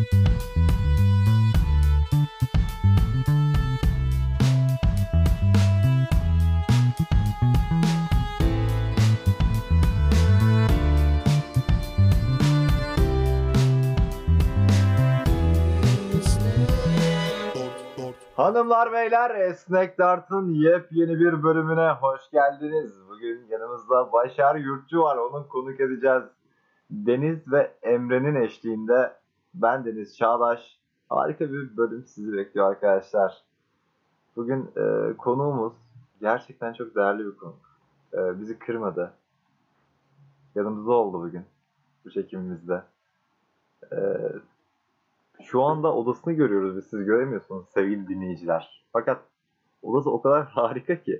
Hanımlar beyler, Esnek Dart'ın yepyeni bir bölümüne hoş geldiniz. Bugün yanımızda Başar Yurtçu var, onu konuk edeceğiz. Deniz ve Emre'nin eşliğinde ben Deniz Çağdaş. Harika bir bölüm sizi bekliyor arkadaşlar. Bugün konuğumuz gerçekten çok değerli bir konuk. Bizi kırmadı. Yanımızda oldu bugün bu çekimimizde. E, Şu anda odasını görüyoruz, biz siz göremiyorsunuz sevgili dinleyiciler. Fakat odası o kadar harika ki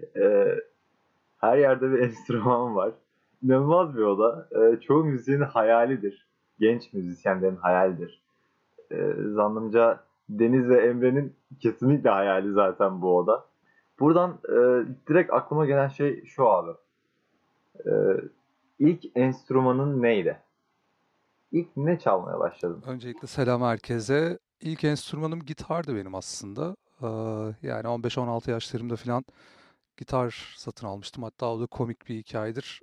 her yerde bir enstrüman var. İnanılmaz bir oda. Çoğu müziğin hayalidir. Genç müzisyenlerin hayalidir. Zannımca Deniz ve Emre'nin kesinlikle hayali zaten bu oda. Buradan direkt aklıma gelen şey şu abi. E, ilk enstrümanın neydi? İlk ne çalmaya başladın? Öncelikle selam herkese. İlk enstrümanım gitardı benim aslında. Yani 15-16 yaşlarımda falan gitar satın almıştım. Hatta o da komik bir hikayedir.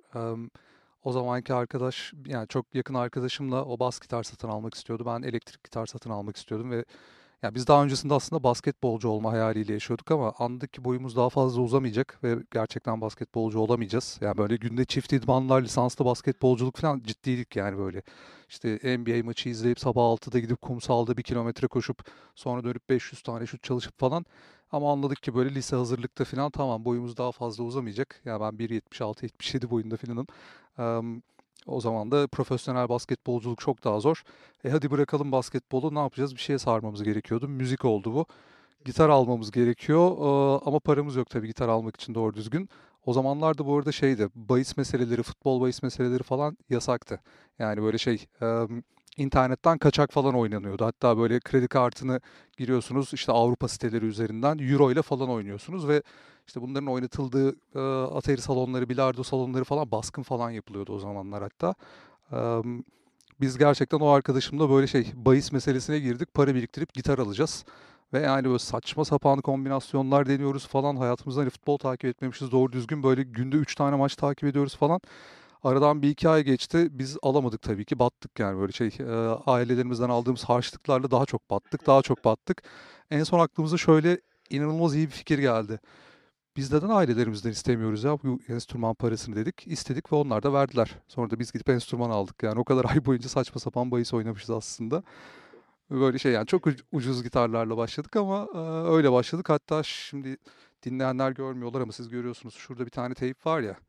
O zamanki arkadaş, yani çok yakın arkadaşımla o bas gitar satın almak istiyordu. Ben elektrik gitar satın almak istiyordum ve ya biz daha öncesinde aslında basketbolcu olma hayaliyle yaşıyorduk ama anladık ki boyumuz daha fazla uzamayacak ve gerçekten basketbolcu olamayacağız. Yani böyle günde çift idmanlar, lisanslı basketbolculuk falan ciddiydik yani böyle. İşte NBA maçı izleyip sabah 6'da gidip kumsalda 1 kilometre koşup sonra dönüp 500 tane şut çalışıp falan. Ama anladık ki böyle lise hazırlıkta falan tamam boyumuz daha fazla uzamayacak. Yani ben 1,76-1,77 boyunda falanım. Em, O zaman da profesyonel basketbolculuk çok daha zor. Hadi bırakalım basketbolu, ne yapacağız? Bir şeye sarmamız gerekiyordu. Müzik oldu bu. Gitar almamız gerekiyor. Ama paramız yok tabii gitar almak için doğru düzgün. O zamanlarda bu arada şeydi, bahis meseleleri, futbol bahis meseleleri falan yasaktı. Yani böyle internetten kaçak falan oynanıyordu. Hatta böyle kredi kartını giriyorsunuz işte Avrupa siteleri üzerinden euro ile falan oynuyorsunuz ve işte bunların oynatıldığı atari salonları, bilardo salonları falan baskın falan yapılıyordu o zamanlar hatta. Em, Biz gerçekten o arkadaşımla böyle bahis meselesine girdik. Para biriktirip gitar alacağız. Ve yani böyle saçma sapan kombinasyonlar deniyoruz falan. Hayatımızda hani futbol takip etmemişiz doğru düzgün. Böyle günde 3 tane maç takip ediyoruz falan. Aradan bir iki ay geçti. Biz alamadık tabii ki. Battık yani böyle ailelerimizden aldığımız harçlıklarla daha çok battık. Daha çok battık. En son aklımıza şöyle inanılmaz iyi bir fikir geldi. Biz neden ailelerimizden istemiyoruz ya bu enstrüman parasını dedik. İstedik ve onlar da verdiler. Sonra da biz gidip enstrüman aldık. Yani o kadar ay boyunca saçma sapan bahis oynamışız aslında. Böyle yani çok ucuz gitarlarla başladık ama öyle başladık. Hatta şimdi dinleyenler görmüyorlar ama siz görüyorsunuz. Şurada bir tane teyp var ya.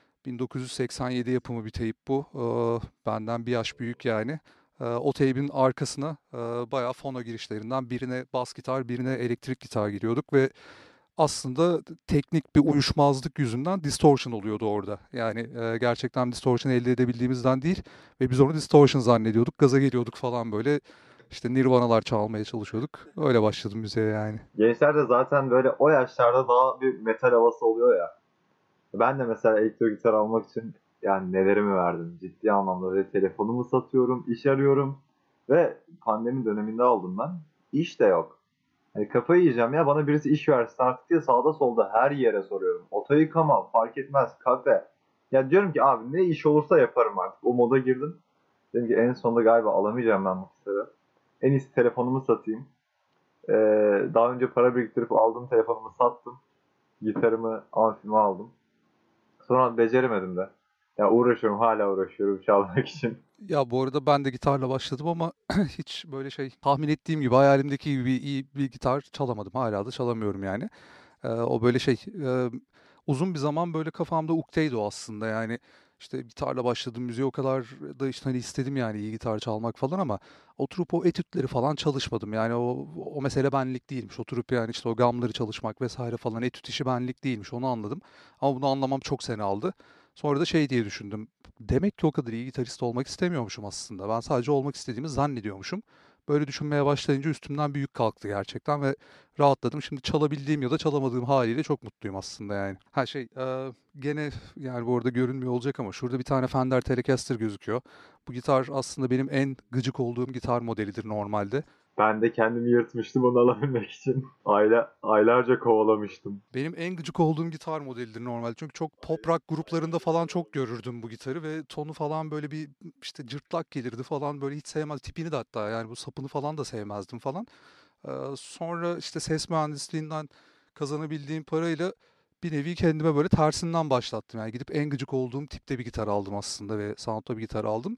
1987 yapımı bir teyp bu. Benden bir yaş büyük yani. O teybin arkasına bayağı fono girişlerinden birine bas gitar, birine elektrik gitar giriyorduk ve aslında teknik bir uyuşmazlık yüzünden distortion oluyordu orada. Yani gerçekten distortion elde edebildiğimizden değil ve biz onu distortion zannediyorduk. Gaza geliyorduk falan böyle. İşte Nirvanalar çalmaya çalışıyorduk. Öyle başladım müziğe yani. Gençler de zaten böyle o yaşlarda daha bir metal havası oluyor ya. Ben de mesela elektro gitar almak için yani nelerimi verdim. Ciddi anlamda ve telefonumu satıyorum, iş arıyorum. Ve pandemi döneminde aldım ben. İş de yok. Hani kafayı yiyeceğim ya, bana birisi iş versin artık diye sağda solda her yere soruyorum. Oto yıkama fark etmez, kafe. Ya diyorum ki abi ne iş olursa yaparım artık. O moda girdim. Dedim ki en sonunda galiba alamayacağım ben bu işleri. En iyisi telefonumu satayım. Ee, Daha önce para biriktirip aldığım telefonumu sattım. Gitarımı, amfimi aldım. Sonra beceremedim de. Ya uğraşıyorum, hala uğraşıyorum çalmak için. Ya bu arada ben de gitarla başladım ama hiç böyle tahmin ettiğim gibi hayalimdeki gibi iyi bir gitar çalamadım. Hala da çalamıyorum yani. O böyle uzun bir zaman böyle kafamda ukteydi o aslında yani işte gitarla başladım müziğe o kadar da işte hani istedim yani iyi gitar çalmak falan ama oturup o etütleri falan çalışmadım. Yani o mesele benlik değilmiş. Oturup yani işte o gamları çalışmak vesaire falan etüt işi benlik değilmiş onu anladım. Ama bunu anlamam çok sene aldı. Sonra da diye düşündüm. Demek ki o kadar iyi gitarist olmak istemiyormuşum aslında. Ben sadece olmak istediğimi zannediyormuşum. Böyle düşünmeye başlayınca üstümden bir yük kalktı gerçekten ve rahatladım. Şimdi çalabildiğim ya da çalamadığım haliyle çok mutluyum aslında yani. Gene yani bu arada görünmüyor olacak ama şurada bir tane Fender Telecaster gözüküyor. Bu gitar aslında benim en gıcık olduğum gitar modelidir normalde. Ben de kendimi yırtmıştım onu alabilmek için. Aylarca kovalamıştım. Benim en gıcık olduğum gitar modelidir normalde. Çünkü çok pop rock gruplarında falan çok görürdüm bu gitarı ve tonu falan böyle bir işte cırtlak gelirdi falan, böyle hiç sevmez. Tipini de hatta yani bu sapını falan da sevmezdim falan. Sonra işte ses mühendisliğinden kazanabildiğim parayla bir nevi kendime böyle tersinden başlattım. Yani gidip en gıcık olduğum tipte bir gitar aldım aslında ve sound'da bir gitar aldım.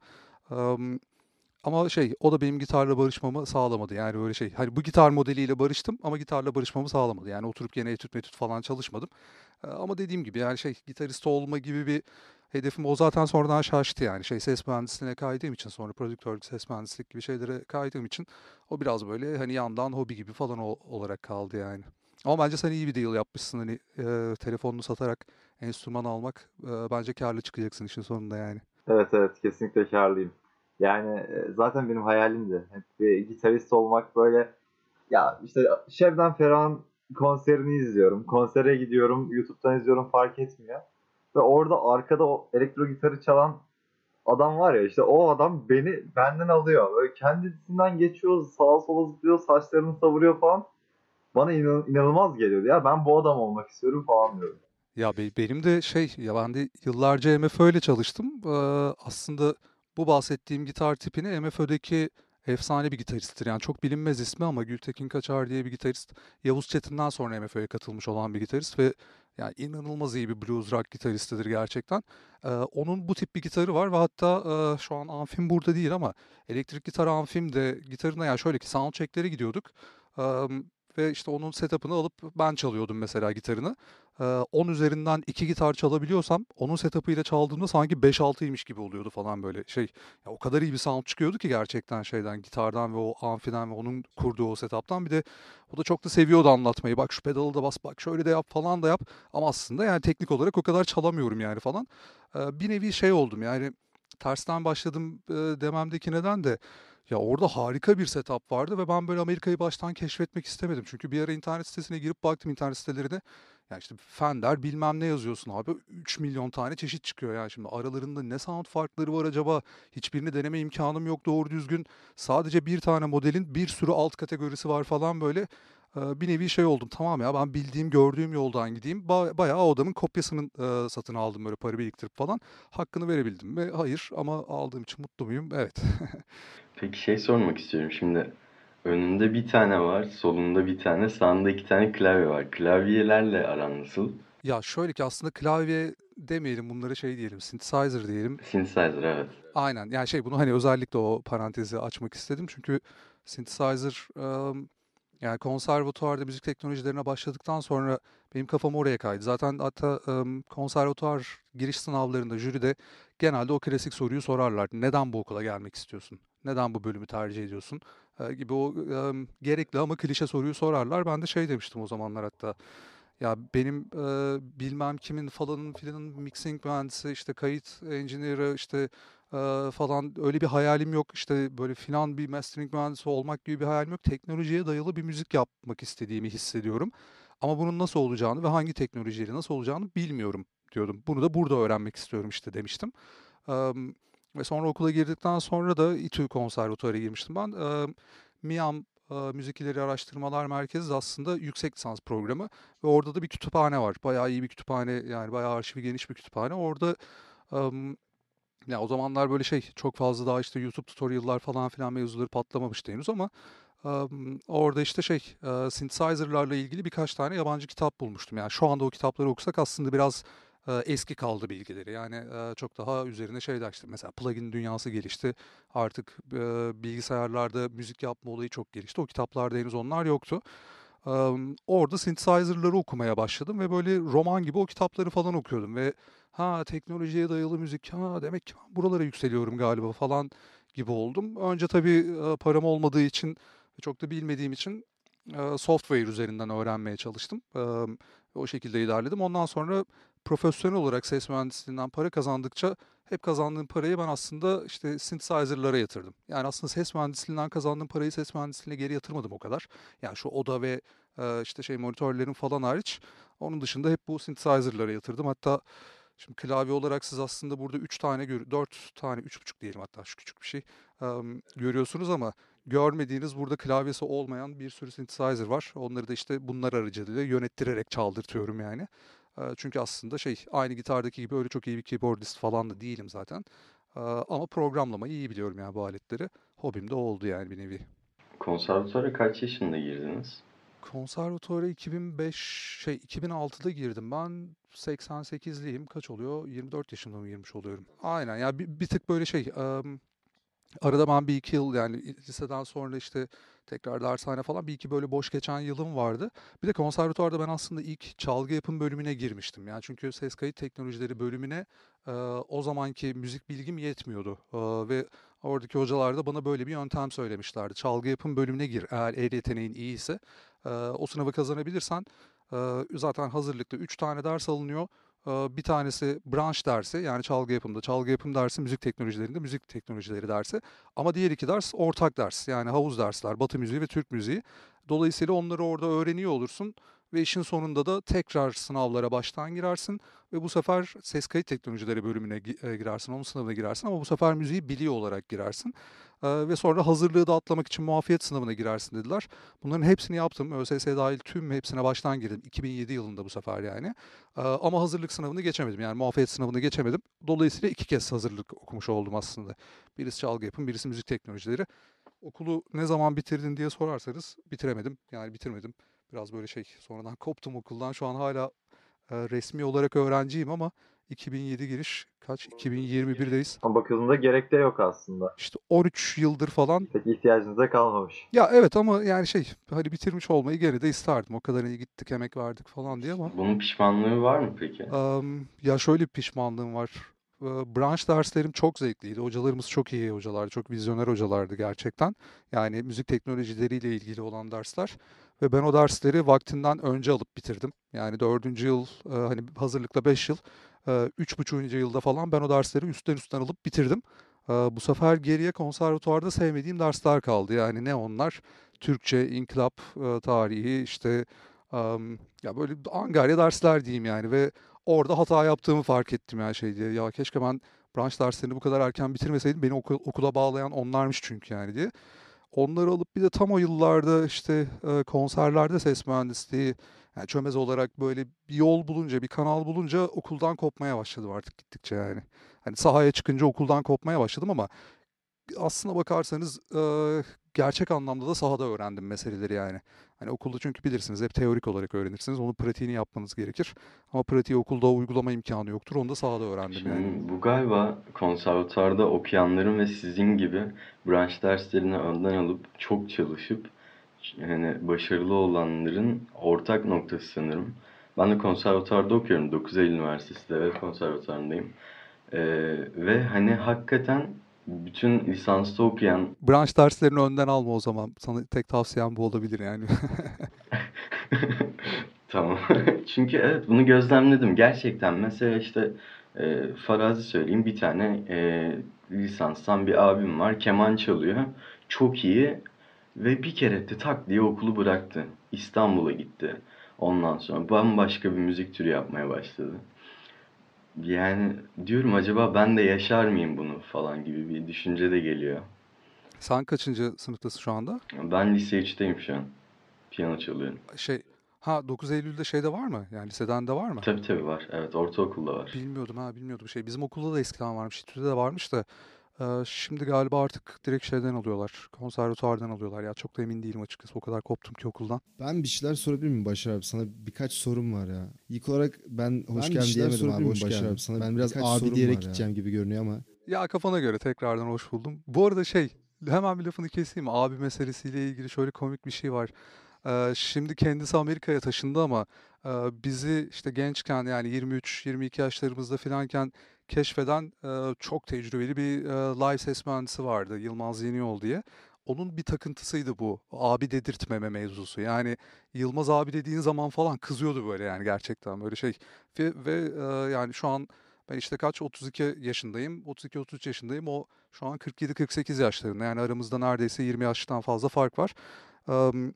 Ama o da benim gitarla barışmamı sağlamadı. Yani böyle hani bu gitar modeliyle barıştım ama gitarla barışmamı sağlamadı. Yani oturup yine etüt metüt falan çalışmadım. Ama dediğim gibi yani gitarist olma gibi bir hedefim o zaten sonradan şaştı yani. Ses mühendisliğine kaydığım için, sonra prodüktörlük, ses mühendislik gibi şeylere kaydığım için o biraz böyle hani yandan hobi gibi falan olarak kaldı yani. Ama bence sen iyi bir deal yapmışsın, hani telefonunu satarak enstrüman almak, bence karlı çıkacaksın işin sonunda yani. Evet, evet, kesinlikle karlıyım. Yani zaten benim hayalimdi. Hep bir gitarist olmak böyle. Ya işte Şebnem Ferah'ın konserini izliyorum. Konsere gidiyorum. YouTube'dan izliyorum, fark etmiyor. Ve orada arkada o elektro gitarı çalan adam var ya, işte o adam beni benden alıyor. Böyle kendisinden geçiyor, sağa sola zıplıyor, saçlarını savuruyor falan. Bana inanılmaz geliyordu. Ya ben bu adam olmak istiyorum falan diyorum. Ya benim de ben de yıllarca MFÖ ile çalıştım. Aslında bu bahsettiğim gitar tipini MFÖ'deki efsane bir gitaristtir. Yani çok bilinmez ismi ama Gültekin Kaçar diye bir gitarist. Yavuz Çetin'den sonra MFÖ'ye katılmış olan bir gitarist ve yani inanılmaz iyi bir blues rock gitaristidir gerçekten. Onun bu tip bir gitarı var ve hatta şu an amfim burada değil ama elektrik gitar amfim de gitarına, yani şöyle ki soundcheck'lere gidiyorduk. Eee, Ve işte onun setup'ını alıp ben çalıyordum mesela gitarını. 10 üzerinden 2 gitar çalabiliyorsam onun setup'ıyla çaldığımda sanki 5-6'ymış gibi oluyordu falan böyle. Ya o kadar iyi bir sound çıkıyordu ki gerçekten gitardan ve o amfiden ve onun kurduğu o setup'tan. Bir de o da çok da seviyordu anlatmayı. Bak şu pedalı da bas, bak şöyle de yap falan da yap. Ama aslında yani teknik olarak o kadar çalamıyorum yani falan. Bir nevi oldum yani, tersten başladım dememdeki neden de ya orada harika bir setup vardı ve ben böyle Amerika'yı baştan keşfetmek istemedim. Çünkü bir ara internet sitesine girip baktım, internet sitelerine. Ya işte Fender bilmem ne yazıyorsun abi. 3 milyon tane çeşit çıkıyor yani şimdi. Aralarında ne sound farkları var acaba? Hiçbirini deneme imkanım yok doğru düzgün. Sadece bir tane modelin bir sürü alt kategorisi var falan böyle. Bir nevi oldum. Tamam ya, ben bildiğim gördüğüm yoldan gideyim. Bayağı o adamın kopyasını satın aldım böyle para biriktirip falan. Hakkını verebildim mi? Hayır, ama aldığım için mutlu muyum? Evet. Peki şey sormak istiyorum şimdi. Önünde bir tane var, solunda bir tane, sağında iki tane klavye var. Klavyelerle aran nasıl? Ya şöyle ki aslında klavye demeyelim, bunlara diyelim, synthesizer diyelim. Synthesizer, evet. Aynen. Yani bunu hani özellikle o parantezi açmak istedim. Çünkü synthesizer, yani konservatuvarda müzik teknolojilerine başladıktan sonra benim kafam oraya kaydı. Zaten hatta konservatuvar giriş sınavlarında jüride genelde o klasik soruyu sorarlar. Neden bu okula gelmek istiyorsun? Neden bu bölümü tercih ediyorsun? Gibi o gerekli ama klişe soruyu sorarlar. Ben de demiştim o zamanlar hatta. Ya benim bilmem kimin falanın filanın mixing mühendisi, işte kayıt engineer'ı, işte falan öyle bir hayalim yok. İşte böyle filan bir mastering mühendisi olmak gibi bir hayalim yok. Teknolojiye dayalı bir müzik yapmak istediğimi hissediyorum. Ama bunun nasıl olacağını ve hangi teknolojiyle nasıl olacağını bilmiyorum diyordum. Bunu da burada öğrenmek istiyorum işte demiştim. Ve sonra okula girdikten sonra da İTÜ Konservatuvar'a girmiştim ben. MİAM, Müzik İleri Araştırmalar Merkezi de aslında yüksek lisans programı ve orada da bir kütüphane var. Bayağı iyi bir kütüphane, yani bayağı arşivi geniş bir kütüphane. Orada em, ya o zamanlar böyle çok fazla daha işte YouTube tutorial'lar falan filan mevzuları patlamamıştı henüz ama orada işte synthesizer'larla ilgili birkaç tane yabancı kitap bulmuştum. Yani şu anda o kitapları okusak aslında biraz eski kaldı bilgileri. Yani çok daha üzerine de işte mesela plugin dünyası gelişti. Artık bilgisayarlarda müzik yapma olayı çok gelişti. O kitaplarda henüz onlar yoktu. Orada synthesizer'ları okumaya başladım ve böyle roman gibi o kitapları falan okuyordum ve ha, teknolojiye dayalı müzik, ha demek ki ben buralara yükseliyorum galiba falan gibi oldum. Önce tabii param olmadığı için ve çok da bilmediğim için software üzerinden öğrenmeye çalıştım. O şekilde ilerledim. Ondan sonra profesyonel olarak ses mühendisliğinden para kazandıkça hep kazandığım parayı ben aslında işte synthesizer'lara yatırdım. Yani aslında ses mühendisliğinden kazandığım parayı ses mühendisliğine geri yatırmadım o kadar. Yani şu oda ve işte şey monitörlerin falan hariç. Onun dışında hep bu synthesizer'lara yatırdım. Hatta şimdi klavye olarak siz aslında burada 3 tane, 4 tane, 3,5 diyelim hatta şu küçük bir şey görüyorsunuz ama görmediğiniz burada klavyesi olmayan bir sürü synthesizer var. Onları da işte bunlar aracılığıyla yönettirerek çaldırtıyorum yani. Çünkü aslında şey aynı gitardaki gibi öyle çok iyi bir keyboardist falan da değilim zaten. Ama programlamayı iyi biliyorum yani bu aletleri. Hobim de oldu yani bir nevi. Konservatuvara kaç yaşında girdiniz? Konservatuvara 2006'da girdim ben. 88'liyim. Kaç oluyor? 24 yaşında mı girmiş oluyorum? Aynen. Ya bir tık böyle şey. Arada ben bir iki yıl yani liseden sonra işte tekrar dershane falan bir iki böyle boş geçen yılım vardı. Bir de konservatuvarda ben aslında ilk çalgı yapım bölümüne girmiştim. Yani çünkü ses kayıt teknolojileri bölümüne o zamanki müzik bilgim yetmiyordu. Ve oradaki hocalar da bana böyle bir yöntem söylemişlerdi. Çalgı yapım bölümüne gir eğer el yeteneğin iyiyse. O sınavı kazanabilirsen zaten hazırlıkta 3 tane ders alınıyor. Bir tanesi branş dersi yani çalgı yapımda, çalgı yapım dersi müzik teknolojilerinde müzik teknolojileri dersi. Ama diğer iki ders ortak ders yani havuz dersler, Batı müziği ve Türk müziği. Dolayısıyla onları orada öğreniyor olursun ve işin sonunda da tekrar sınavlara baştan girersin ve bu sefer ses kayıt teknolojileri bölümüne girersin, onun sınavına girersin ama bu sefer müziği biliyor olarak girersin. Ve sonra hazırlığı da atlamak için muafiyet sınavına girersin dediler. Bunların hepsini yaptım. ÖSS dahil tüm hepsine baştan girdim. 2007 yılında bu sefer yani. Ama hazırlık sınavını geçemedim. Yani muafiyet sınavını geçemedim. Dolayısıyla iki kez hazırlık okumuş oldum aslında. Birisi çalgı yapım, birisi müzik teknolojileri. Okulu ne zaman bitirdin diye sorarsanız bitiremedim. Yani bitirmedim. Biraz böyle şey sonradan koptum okuldan. Şu an hala resmi olarak öğrenciyim ama 2007 giriş kaç? 2021'deyiz. Ama bakıldığında gerek de yok aslında. İşte 13 yıldır falan. Pek ihtiyacınız da kalmamış. Ya evet ama yani şey hani bitirmiş olmayı gene de isterdim. O kadar iyi gittik, emek verdik falan diye ama Bunun pişmanlığı var mı peki? Ya şöyle bir pişmanlığım var. Branş derslerim çok zevkliydi. Hocalarımız çok iyi hocalardı, çok vizyoner hocalardı gerçekten. Yani müzik teknolojileriyle ilgili olan dersler. Ve ben o dersleri vaktinden önce alıp bitirdim. Yani dördüncü yıl, hani hazırlıkla 5 yıl, 3,5. yılda falan ben o dersleri üstten alıp bitirdim. Bu sefer geriye konservatuvarda sevmediğim dersler kaldı. Yani ne onlar? Türkçe, inkılap tarihi, işte ya böyle angarya dersler diyeyim yani ve orada hata yaptığımı fark ettim ya şey diye. Ya keşke ben branş derslerini bu kadar erken bitirmeseydim. Beni okula bağlayan onlarmış çünkü yani diye. Onları alıp bir de tam o yıllarda işte konserlerde ses mühendisliği yani çömez olarak böyle bir yol bulunca, bir kanal bulunca okuldan kopmaya başladım artık gittikçe yani. Hani sahaya çıkınca okuldan kopmaya başladım ama aslına bakarsanız gerçek anlamda da sahada öğrendim meseleleri yani. Hani okulda çünkü bilirsiniz hep teorik olarak öğrenirsiniz. Onun pratiğini yapmanız gerekir. Ama pratiği okulda uygulama imkanı yoktur. Onu da sahada öğrendim yani. Şimdi bu galiba konservatuvarda okuyanların ve sizin gibi branş derslerini önden alıp çok çalışıp yani başarılı olanların ortak noktası sanırım. Ben de konservatuvarda okuyorum. 9 Eylül Üniversitesi Devlet Konservatuvarı'ndayım. Ve hani hakikaten bütün lisansta okuyan Branş derslerini önden alma o zaman. Sana tek tavsiyem bu olabilir yani. tamam. Çünkü evet bunu gözlemledim. Gerçekten mesela işte farazi söyleyeyim bir tane lisanstan bir abim var. Keman çalıyor. Çok iyi. Ve bir kere de tak diye okulu bıraktı. İstanbul'a gitti. Ondan sonra bambaşka bir müzik türü yapmaya başladı. Yani diyorum acaba ben de yaşar mıyım bunu falan gibi bir düşünce de geliyor. Sen kaçıncı sınıftasın şu anda? Ben lise 3'teyim şu an. Piyano çalıyorum. Şey, ha 9 Eylül'de şeyde var mı? Yani liseden de var mı? Tabii tabii var. Evet ortaokulda var. Bilmiyordum şey. Bizim okulda da eskiden varmış. İTÜ'de de varmış da şimdi galiba artık direkt şeyden alıyorlar. Konservatuvardan alıyorlar. Ya çok da emin değilim açıkçası. O kadar koptum ki okuldan. Ben bir şeyler sorabilir miyim Başar abi? Sana birkaç sorum var ya. İlk olarak ben hoş geldin diyemedim abi. Hoş Başar abi. Sana ben biraz abi diyerek gideceğim gibi görünüyor ama. Ya kafana göre tekrardan hoş buldum. Bu arada şey, hemen bir lafını keseyim. Abi meselesiyle ilgili şöyle komik bir şey var. Şimdi kendisi Amerika'ya taşındı ama bizi işte gençken yani 23-22 yaşlarımızda filanken keşfeden çok tecrübeli bir live ses mühendisi vardı. Yılmaz Yeniyol diye. Onun bir takıntısıydı bu. Abi dedirtmeme mevzusu. Yani Yılmaz abi dediğin zaman falan kızıyordu böyle yani gerçekten böyle şey. Ve yani şu an Ben işte kaç 32 yaşındayım. 32-33 yaşındayım. O şu an 47-48 yaşlarında. Yani aramızda neredeyse 20 yaştan fazla fark var. Em,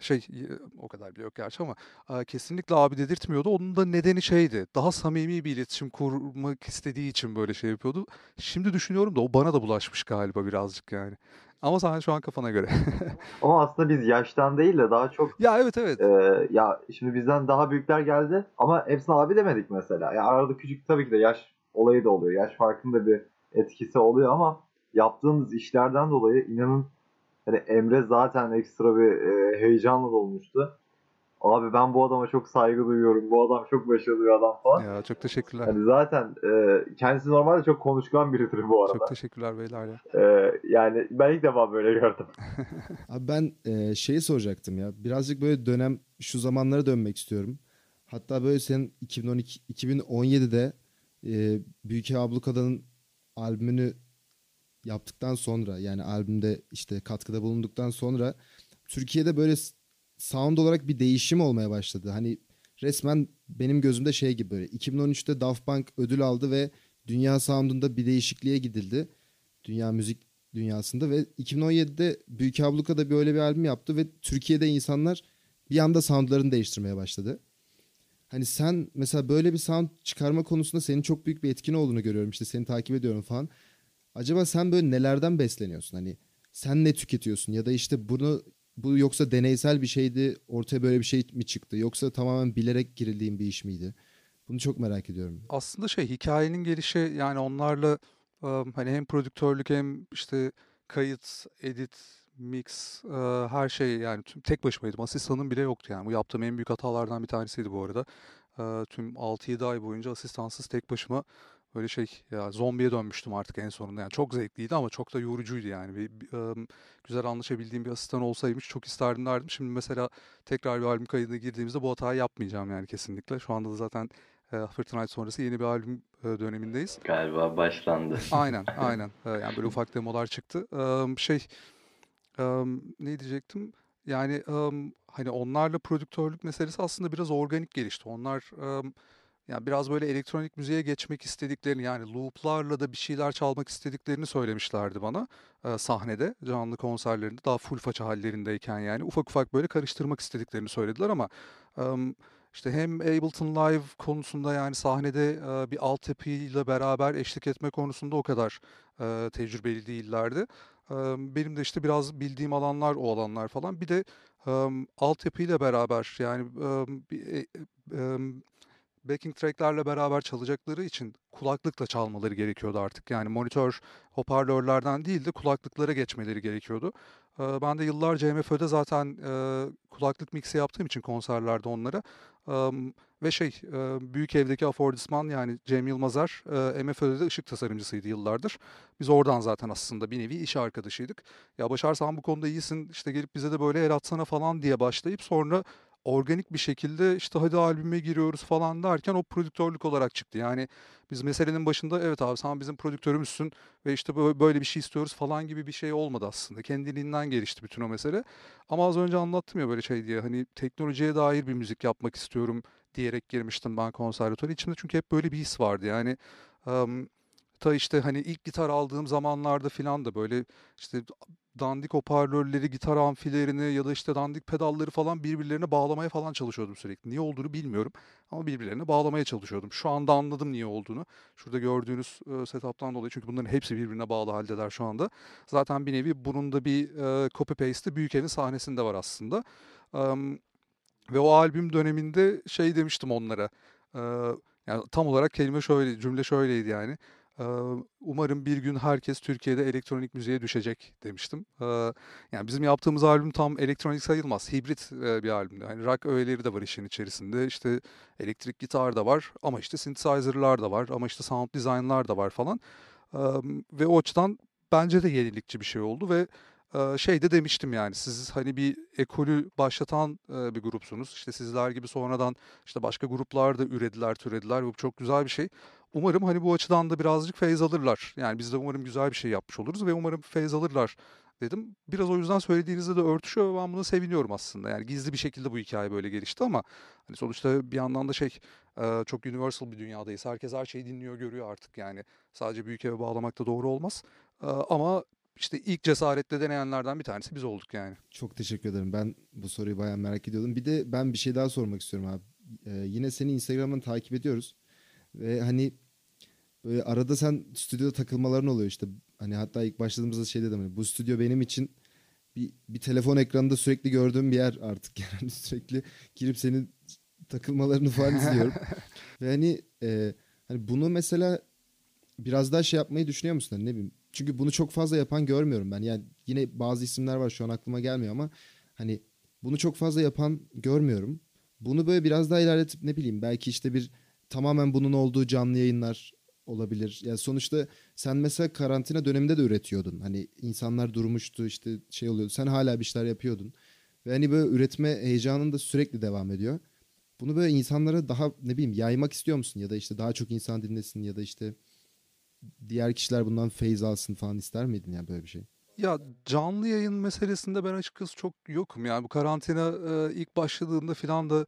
o kadar bile yok gerçi ama kesinlikle abi dedirtmiyordu. Onun da nedeni şeydi. Daha samimi bir iletişim kurmak istediği için böyle şey yapıyordu. Şimdi düşünüyorum da o bana da bulaşmış galiba birazcık yani. Ama sen şu an kafana göre. Ama aslında biz yaştan değil de daha çok Ya evet evet. ya şimdi bizden daha büyükler geldi ama hepsine abi demedik mesela. Ya arada küçük tabii ki de yaş olayı da oluyor. Yaş farkında bir etkisi oluyor ama yaptığımız işlerden dolayı inanın hani Emre zaten ekstra bir heyecanla dolmuştu. Abi ben bu adama çok saygı duyuyorum. Bu adam çok başarılı bir adam falan. Ya çok teşekkürler. Hani zaten kendisi normalde çok konuşkan biridir bu arada. Çok teşekkürler beyler ya. Yani ben ilk defa böyle gördüm. Abi ben şeyi soracaktım ya. Birazcık böyle dönem şu zamanlara dönmek istiyorum. Hatta böyle senin 2017'de Büyük Ablukada'nın albümünü yaptıktan sonra, yani albümde işte katkıda bulunduktan sonra Türkiye'de böyle sound olarak bir değişim olmaya başladı. Hani resmen benim gözümde şey gibi, böyle 2013'te Daft Punk ödül aldı ve dünya sound'unda bir değişikliğe gidildi. Dünya müzik dünyasında ve 2017'de Büyük Abluka da böyle bir albüm yaptı ve Türkiye'de insanlar bir anda soundlarını değiştirmeye başladı. Hani sen mesela böyle bir sound çıkarma konusunda senin çok büyük bir etkin olduğunu görüyorum. İşte seni takip ediyorum falan. Acaba sen böyle nelerden besleniyorsun? Hani sen ne tüketiyorsun? Ya da işte bu yoksa deneysel bir şeydi, ortaya böyle bir şey mi çıktı? Yoksa tamamen bilerek girildiğin bir iş miydi? Bunu çok merak ediyorum. Aslında hikayenin gelişi yani onlarla hani hem prodüktörlük hem işte kayıt, edit, mix her şey yani tek başımaydım. Asistanım bile yoktu yani. Bu yaptığım en büyük hatalardan bir tanesiydi bu arada. Tüm 6-7 ay boyunca asistansız tek başıma böyle ya zombiye dönmüştüm artık en sonunda. Yani çok zevkliydi ama çok da yorucuydu yani. Güzel anlaşabildiğim bir asistan olsaymış çok isterdim derdim. Şimdi mesela tekrar bir albüm kaydına girdiğimizde bu hatayı yapmayacağım yani kesinlikle. Şu anda da zaten Fırtınayt sonrası yeni bir albüm dönemindeyiz. Galiba başlandı. Aynen, aynen. Yani böyle ufak demolar çıktı. Ne diyecektim? Yani hani onlarla prodüktörlük meselesi aslında biraz organik gelişti. Onlar yani biraz böyle elektronik müziğe geçmek istediklerini yani loop'larla da bir şeyler çalmak istediklerini söylemişlerdi bana sahnede, canlı konserlerinde daha full faça hallerindeyken yani ufak ufak böyle karıştırmak istediklerini söylediler ama em, işte hem Ableton Live konusunda yani sahnede bir altyapıyla beraber eşlik etme konusunda o kadar tecrübeli değillerdi. Benim de işte biraz bildiğim alanlar o alanlar falan. Bir de altyapıyla beraber yani backing track'lerle beraber çalacakları için kulaklıkla çalmaları gerekiyordu artık. Yani monitör, hoparlörlerden değil de kulaklıklara geçmeleri gerekiyordu. Ben de yıllarca MFÖ'de zaten kulaklık mixi yaptığım için konserlerde onlara. Ve büyük evdeki afordisman yani Cem Yılmazer MFÖ'de de ışık tasarımcısıydı yıllardır. Biz oradan zaten aslında bir nevi iş arkadaşıydık. Ya Başar sen bu konuda iyisin işte gelip bize de böyle el atsana falan diye başlayıp sonra organik bir şekilde işte hadi albüme giriyoruz falan derken o prodüktörlük olarak çıktı. Yani biz meselenin başında evet abi sen bizim prodüktörümüzsün ve işte böyle bir şey istiyoruz falan gibi bir şey olmadı aslında. Kendiliğinden gelişti bütün o mesele. Ama az önce anlattım ya böyle diye hani teknolojiye dair bir müzik yapmak istiyorum diyerek girmiştim ben konservatuara. İçimde çünkü hep böyle bir his vardı. Yani em, ta işte hani ilk gitar aldığım zamanlarda filan da böyle işte dandik hoparlörleri, gitar amfilerini ya da işte dandik pedalları falan birbirlerine bağlamaya falan çalışıyordum sürekli. Niye olduğunu bilmiyorum ama birbirlerine bağlamaya çalışıyordum. Şu anda anladım niye olduğunu. Şurada gördüğünüz setup'tan dolayı çünkü bunların hepsi birbirine bağlı haldeler şu anda. Zaten bir nevi bunun da bir copy paste'i büyük evin sahnesinde var aslında. Ve o albüm döneminde demiştim onlara. Yani tam olarak cümle şöyleydi yani. Eee, Umarım bir gün herkes Türkiye'de elektronik müziğe düşecek demiştim. Yani bizim yaptığımız albüm tam elektronik sayılmaz. Hibrit bir albümdü. Hani rock öğeleri de var işin içerisinde. İşte elektrik gitar da var ama işte synthesizer'lar da var ama işte sound design'lar da var falan. Ve o açıdan bence de yenilikçi bir şey oldu ve de demiştim yani siz hani bir ekolü başlatan bir grupsunuz. İşte sizler gibi sonradan işte başka gruplar da ürediler, türediler ve bu çok güzel bir şey. Umarım hani bu açıdan da birazcık feyz alırlar. Yani biz de umarım güzel bir şey yapmış oluruz ve umarım feyz alırlar dedim. Biraz o yüzden söylediğinizde de örtüşüyor ve ben buna seviniyorum aslında. Yani gizli bir şekilde bu hikaye böyle gelişti ama hani sonuçta bir yandan da çok universal bir dünyadayız. Herkes her şeyi dinliyor, görüyor artık yani. Sadece büyük eve bağlamak da doğru olmaz. Ama işte ilk cesaretle deneyenlerden bir tanesi biz olduk yani. Çok teşekkür ederim. Ben bu soruyu bayağı merak ediyordum. Bir de ben bir şey daha sormak istiyorum abi. Yine seni Instagram'dan takip ediyoruz. Ve hani böyle arada sen stüdyoda takılmaların oluyor işte. Hani hatta ilk başladığımızda şey dedim. Hani bu stüdyo benim için bir telefon ekranında sürekli gördüğüm bir yer artık. Yani sürekli girip senin takılmalarını falan izliyorum. Ve hani bunu mesela biraz daha şey yapmayı düşünüyor musun? Hani ne bileyim. Çünkü bunu çok fazla yapan görmüyorum ben. Yani yine bazı isimler var şu an aklıma gelmiyor ama hani bunu çok fazla yapan görmüyorum. Bunu böyle biraz daha ilerletip ne bileyim belki işte bir tamamen bunun olduğu canlı yayınlar olabilir. Yani sonuçta sen mesela karantina döneminde de üretiyordun. Hani insanlar durmuştu işte şey oluyordu. Sen hala bir şeyler yapıyordun. Ve hani böyle üretme heyecanın da sürekli devam ediyor. Bunu böyle insanlara daha ne bileyim yaymak istiyor musun? Ya da işte daha çok insan dinlesin ya da işte diğer kişiler bundan feyz alsın falan ister miydin ya böyle bir şey? Ya canlı yayın meselesinde ben açıkçası çok yokum. Yani bu karantina ilk başladığında filan da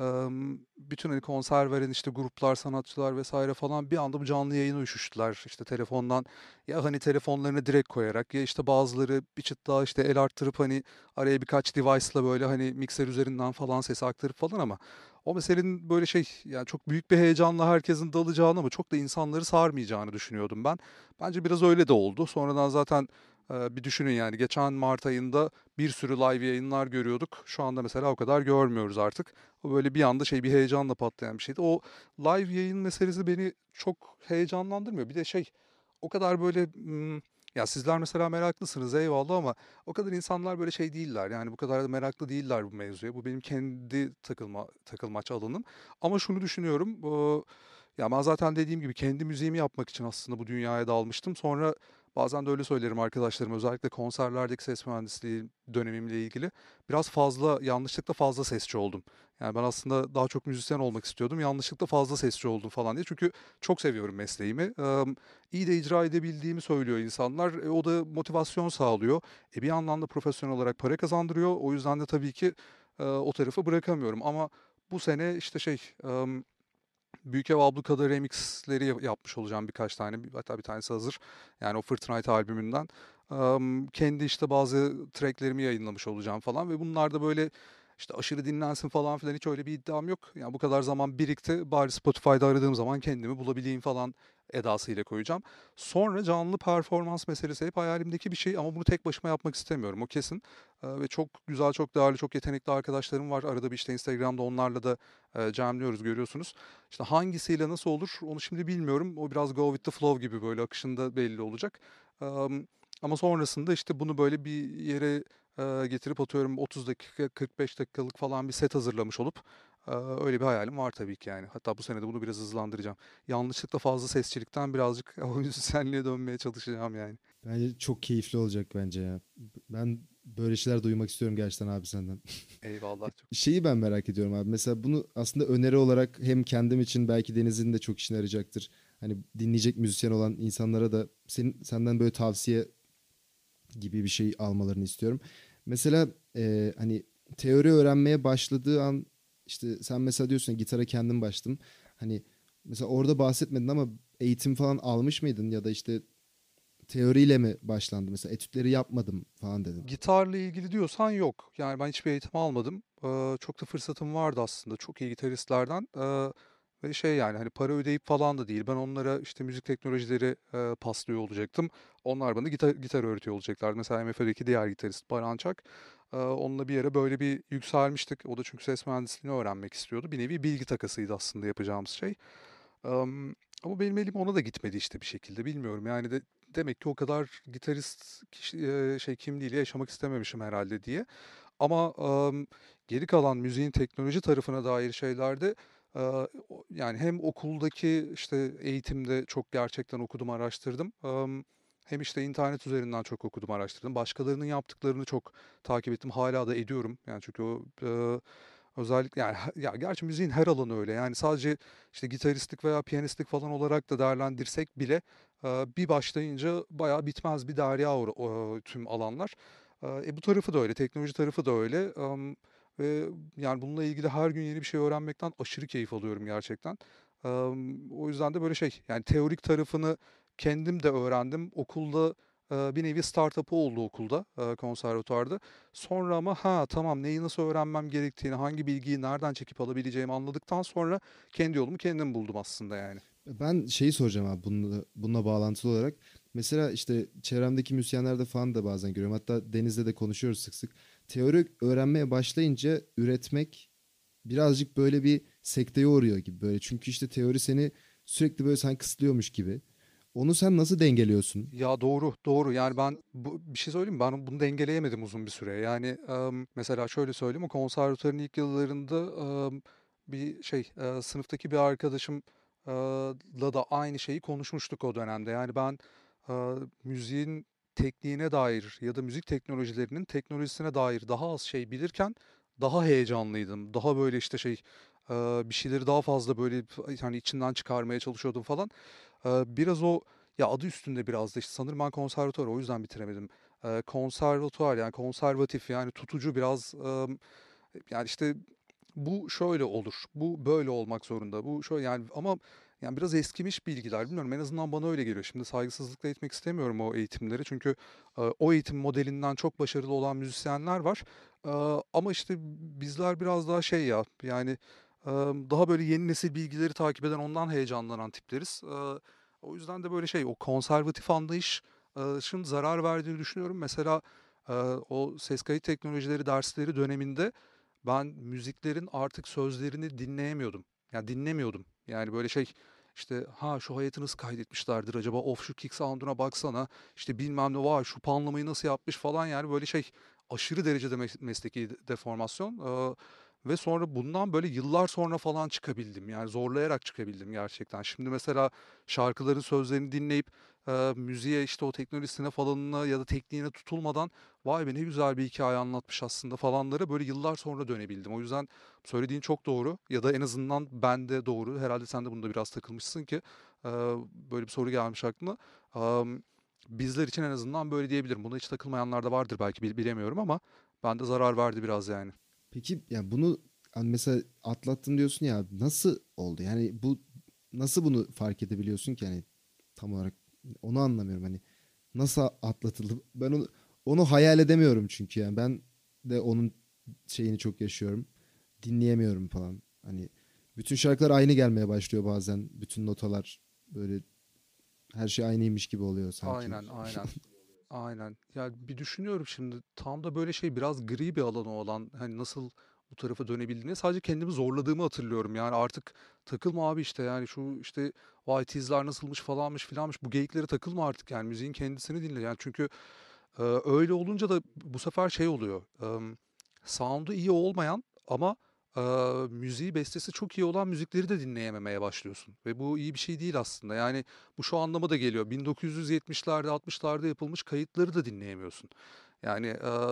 bütün hani konser veren işte gruplar, sanatçılar vesaire falan bir anda bu canlı yayına üşüştüler. İşte telefondan ya hani telefonlarını direkt koyarak ya işte bazıları bir çıt daha işte el arttırıp hani araya birkaç device'la böyle hani mikser üzerinden falan ses aktarıp falan ama o meselenin böyle yani çok büyük bir heyecanla herkesin dalacağını ama çok da insanları sarmayacağını düşünüyordum ben. Bence biraz öyle de oldu. Sonradan zaten bir düşünün yani geçen Mart ayında bir sürü live yayınlar görüyorduk. Şu anda mesela o kadar görmüyoruz artık. O böyle bir anda bir heyecanla patlayan bir şeydi. O live yayın meselesi beni çok heyecanlandırmıyor. Bir de o kadar böyle ya sizler mesela meraklısınız eyvallah ama o kadar insanlar böyle değiller. Yani bu kadar da meraklı değiller bu mevzuya. Bu benim kendi takılmaç alanım. Ama şunu düşünüyorum. Ya ben zaten dediğim gibi kendi müziğimi yapmak için aslında bu dünyaya dalmıştım. Sonra bazen de öyle söylerim arkadaşlarım özellikle konserlerdeki ses mühendisliği dönemimle ilgili biraz fazla yanlışlıkla fazla sesçi oldum. Yani ben aslında daha çok müzisyen olmak istiyordum. Yanlışlıkla fazla sesçi oldum falan diye. Çünkü çok seviyorum mesleğimi. İyi de icra edebildiğimi söylüyor insanlar. O da motivasyon sağlıyor. Bir yandan da profesyonel olarak para kazandırıyor. O yüzden de tabii ki o tarafı bırakamıyorum. Ama bu sene Büyük Ev Ablukada remixleri yapmış olacağım birkaç tane. Hatta bir tanesi hazır. Yani o Fortnite albümünden. Kendi işte bazı tracklerimi yayınlamış olacağım falan ve bunlar da böyle işte aşırı dinlensin falan filan hiç öyle bir iddiam yok. Yani bu kadar zaman birikti. Bari Spotify'da aradığım zaman kendimi bulabileyim falan edasıyla koyacağım. Sonra canlı performans meselesi hep hayalimdeki bir şey ama bunu tek başıma yapmak istemiyorum. O kesin. Ve çok güzel, çok değerli, çok yetenekli arkadaşlarım var. Arada bir işte Instagram'da onlarla da jamliyoruz görüyorsunuz. İşte hangisiyle nasıl olur onu şimdi bilmiyorum. O biraz go with the flow gibi böyle akışında belli olacak. Ama sonrasında işte bunu böyle bir yere getirip atıyorum 30 dakika 45 dakikalık falan bir set hazırlamış olup öyle bir hayalim var tabii ki yani. Hatta bu sene de bunu biraz hızlandıracağım. Yanlışlıkla fazla sesçilikten birazcık o müzisyenliğe dönmeye çalışacağım yani. Bence çok keyifli olacak bence ya. Ben böyle şeyler duymak istiyorum gerçekten abi senden. Eyvallah. Şeyi ben merak ediyorum abi. Mesela bunu aslında öneri olarak hem kendim için belki Deniz'in de çok işine yarayacaktır. Hani dinleyecek müzisyen olan insanlara da senden böyle tavsiye gibi bir şey almalarını istiyorum. Mesela hani teori öğrenmeye başladığı an işte sen mesela diyorsun gitara kendin başladın. Hani mesela orada bahsetmedin ama eğitim falan almış mıydın ya da işte teoriyle mi başlandı? Mesela etütleri yapmadım falan dedin. Gitarla ilgili diyorsan yok. Yani ben hiçbir eğitim almadım. Çok da fırsatım vardı aslında. Çok iyi gitaristlerden. Ve yani hani para ödeyip falan da değil. Ben onlara işte müzik teknolojileri paslıyor olacaktım. Onlar bana gitar öğretiyor olacaklardı. Mesela MFÖ'deki diğer gitarist Baran Çak. Onunla bir yere böyle bir yükselmiştik. O da çünkü ses mühendisliğini öğrenmek istiyordu. Bir nevi bilgi takasıydı aslında yapacağımız şey. Ama benim elim ona da gitmedi işte bir şekilde. Bilmiyorum yani demek ki o kadar gitarist kimliğiyle yaşamak istememişim herhalde diye. Ama geri kalan müziğin teknoloji tarafına dair şeylerde yani hem okuldaki işte eğitimde çok gerçekten okudum, araştırdım. Hem işte internet üzerinden çok okudum, araştırdım. Başkalarının yaptıklarını çok takip ettim. Hala da ediyorum. Yani çünkü Özellikle yani ya gerçi müziğin her alanı öyle. Yani sadece işte gitaristlik veya piyanistlik falan olarak da değerlendirsek bile bir başlayınca bayağı bitmez bir derya tüm alanlar. Bu tarafı da öyle, teknoloji tarafı da öyle. Ve yani bununla ilgili her gün yeni bir şey öğrenmekten aşırı keyif alıyorum gerçekten. O yüzden de böyle şey yani teorik tarafını kendim de öğrendim. Okulda bir nevi startup'ı oldu okulda, konservatuvarda. Sonra ama ha tamam neyi nasıl öğrenmem gerektiğini, hangi bilgiyi nereden çekip alabileceğimi anladıktan sonra kendi yolumu kendim buldum aslında yani. Ben şeyi soracağım abi bununla bağlantılı olarak. Mesela işte çevremdeki müzisyenlerde falan da bazen görüyorum. Hatta Deniz'le de konuşuyoruz sık sık. Teori öğrenmeye başlayınca üretmek birazcık böyle bir sekteye uğruyor gibi böyle. Çünkü işte teori seni sürekli böyle sen kısıtlıyormuş gibi. Onu sen nasıl dengeliyorsun? Ya doğru, doğru. Yani ben bir şey söyleyeyim mi? Ben bunu dengeleyemedim uzun bir süre. Yani mesela şöyle söyleyeyim, o konservatuarın ilk yıllarında bir şey sınıftaki bir arkadaşım la da aynı şeyi konuşmuştuk o dönemde. Yani ben müziğin tekniğine dair ya da müzik teknolojilerinin teknolojisine dair daha az şey bilirken daha heyecanlıydım. Daha böyle işte şey bir şeyleri daha fazla böyle hani içinden çıkarmaya çalışıyordum falan. Biraz o ya adı üstünde biraz da işte sanırım ben konservatuvar o yüzden bitiremedim. Konservatuvar yani konservatif yani tutucu biraz yani işte bu şöyle olur. Bu böyle olmak zorunda. Bu şöyle yani ama yani biraz eskimiş bilgiler. Bilmiyorum en azından bana öyle geliyor. Şimdi saygısızlıkla etmek istemiyorum o eğitimleri. Çünkü o eğitim modelinden çok başarılı olan müzisyenler var. E, Ama işte bizler biraz daha şey ya yani daha böyle yeni nesil bilgileri takip eden ondan heyecanlanan tipleriz. O yüzden de böyle şey o konservatif anlayışın zarar verdiğini düşünüyorum. Mesela o ses kayıt teknolojileri dersleri döneminde ben müziklerin artık sözlerini dinleyemiyordum. Yani dinlemiyordum. Yani böyle şey işte ha şu hayatı nasıl kaydetmişlerdir acaba of şu kick sound'una baksana işte bilmem ne vay şu panlamayı nasıl yapmış falan yani böyle şey aşırı derecede mesleki deformasyon. Ve sonra bundan böyle yıllar sonra falan çıkabildim. Yani zorlayarak çıkabildim gerçekten. Şimdi mesela şarkıların sözlerini dinleyip müziğe işte o teknolojisine falanına ya da tekniğine tutulmadan vay be ne güzel bir hikaye anlatmış aslında falanlara böyle yıllar sonra dönebildim. O yüzden söylediğin çok doğru ya da en azından bende doğru. Herhalde sen de bunda biraz takılmışsın ki e, böyle bir soru gelmiş aklıma. Am, Bizler için en azından böyle diyebilirim. Buna hiç takılmayanlar da vardır belki bilemiyorum ama bende zarar verdi biraz yani. Peki yani bunu hani mesela atlattım diyorsun ya nasıl oldu? Yani bu nasıl bunu fark edebiliyorsun ki hani tam olarak onu anlamıyorum hani nasıl atlatıldı? Ben onu hayal edemiyorum çünkü yani ben de onun şeyini çok yaşıyorum. Dinleyemiyorum falan. Hani bütün şarkılar aynı gelmeye başlıyor bazen. Bütün notalar böyle her şey aynıymış gibi oluyor sanki. Aynen, aynen. Aynen. Ya bir düşünüyorum şimdi tam da böyle şey biraz gri bir alanı olan hani nasıl bu tarafa dönebildiğini sadece kendimi zorladığımı hatırlıyorum. Yani artık takılma abi işte yani şu işte vay tizler nasılmış falanmış filanmış bu geyiklere takılma artık yani müziğin kendisini dinle. Yani çünkü öyle olunca da bu sefer şey oluyor. Sound'u iyi olmayan ama müziği bestesi çok iyi olan müzikleri de dinleyememeye başlıyorsun. Ve bu iyi bir şey değil aslında. Yani bu şu anlama da geliyor. 1970'lerde 60'larda yapılmış kayıtları da dinleyemiyorsun. Yani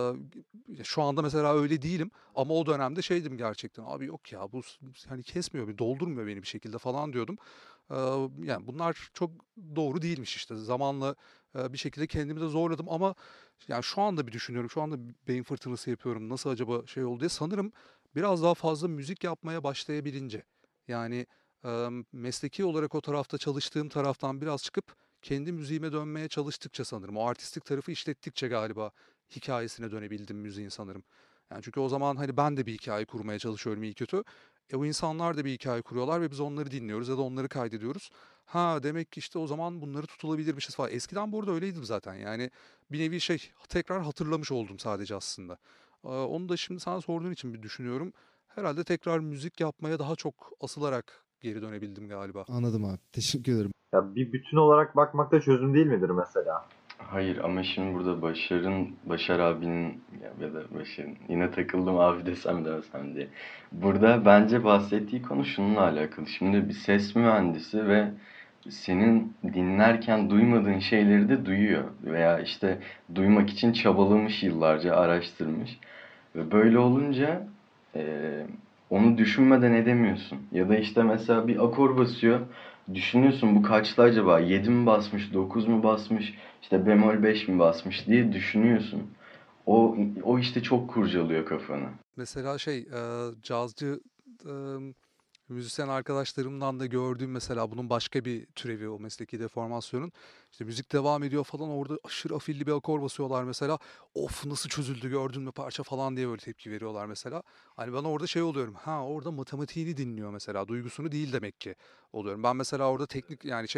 şu anda mesela öyle değilim ama o dönemde şeydim gerçekten. Abi yok ya bu hani kesmiyor, bir doldurmuyor beni bir şekilde falan diyordum. Yani bunlar çok doğru değilmiş işte. Zamanla bir şekilde kendimi de zorladım ama yani şu anda bir düşünüyorum. Şu anda bir beyin fırtınası yapıyorum. Nasıl acaba şey oldu diye. Sanırım biraz daha fazla müzik yapmaya başlayabilince. Yani mesleki olarak o tarafta çalıştığım taraftan biraz çıkıp kendi müziğime dönmeye çalıştıkça sanırım. O artistik tarafı işlettikçe galiba hikayesine dönebildim müziğin sanırım. Yani çünkü o zaman hani ben de bir hikaye kurmaya çalışıyorum iyi kötü. O insanlar da bir hikaye kuruyorlar ve biz onları dinliyoruz ya da onları kaydediyoruz. Ha demek ki işte o zaman bunları tutulabilirmişiz falan. Eskiden burada öyleydim zaten. Yani bir nevi şey tekrar hatırlamış oldum sadece aslında. Onu da şimdi sana sorduğun için bir düşünüyorum. Herhalde tekrar müzik yapmaya daha çok asılarak geri dönebildim galiba. Anladım abi. Teşekkür ederim. Ya bir bütün olarak bakmak da çözüm değil midir mesela? Hayır ama şimdi burada Başar abinin ya da Başar'ın yine takıldım abi desem demesem diye. Burada bence bahsettiği konu şununla alakalı. Şimdi bir ses mühendisi ve senin dinlerken duymadığın şeyleri de duyuyor. Veya işte duymak için çabalamış yıllarca araştırmış. Ve böyle olunca onu düşünmeden edemiyorsun. Ya da işte mesela bir akor basıyor. Düşünüyorsun bu kaçlı acaba? 7 mi basmış, 9 mu basmış, işte bemol 5 mi basmış diye düşünüyorsun. O işte çok kurcalıyor kafanı. Mesela cazcı müzisyen arkadaşlarımdan da gördüğüm mesela bunun başka bir türevi o mesleki deformasyonun. İşte müzik devam ediyor falan orada aşırı afilli bir akor basıyorlar mesela. Of nasıl çözüldü gördün mü parça falan diye böyle tepki veriyorlar mesela. Hani ben orada şey oluyorum. Ha orada matematiğini dinliyor mesela. Duygusunu değil demek ki oluyorum. Ben mesela orada teknik yani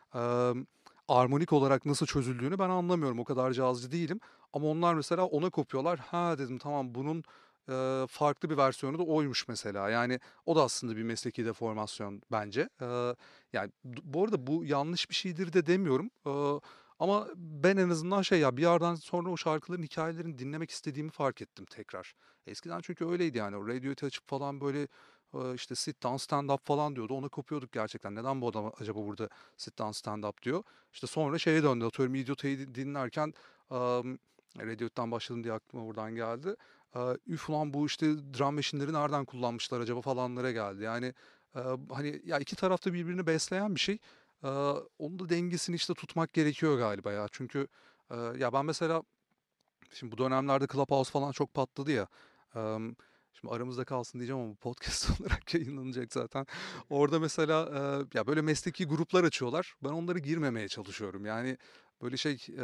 armonik olarak nasıl çözüldüğünü ben anlamıyorum. O kadar cazcı değilim. Ama onlar mesela ona kopuyorlar. Ha dedim tamam bunun farklı bir versiyonu da oymuş mesela. Yani o da aslında bir mesleki deformasyon bence. Yani bu arada bu yanlış bir şeydir de demiyorum. Ama ben en azından ya bir yerden sonra o şarkıların hikayelerini dinlemek istediğimi fark ettim tekrar. Eskiden çünkü öyleydi yani. O radioyu açıp falan böyle işte sit down stand up falan diyordu. Ona kopuyorduk gerçekten. Neden bu adam acaba burada sit down stand up diyor. İşte sonra şeye döndü. Atıyorum Idiot'u dinlerken Radiohead'den başladım diye aklıma buradan geldi. Üf ulan bu işte drum machine'leri nereden kullanmışlar acaba falanlara geldi. Yani hani ya iki tarafta birbirini besleyen bir şey. Eee, Onun da dengesini işte tutmak gerekiyor galiba ya. Çünkü ya ben mesela şimdi bu dönemlerde Clubhouse falan çok patladı ya. Emm, Şimdi aramızda kalsın diyeceğim ama bu podcast olarak yayınlanacak zaten. Orada mesela, ya, böyle mesleki gruplar açıyorlar. Ben onlara girmemeye çalışıyorum. Yani, böyle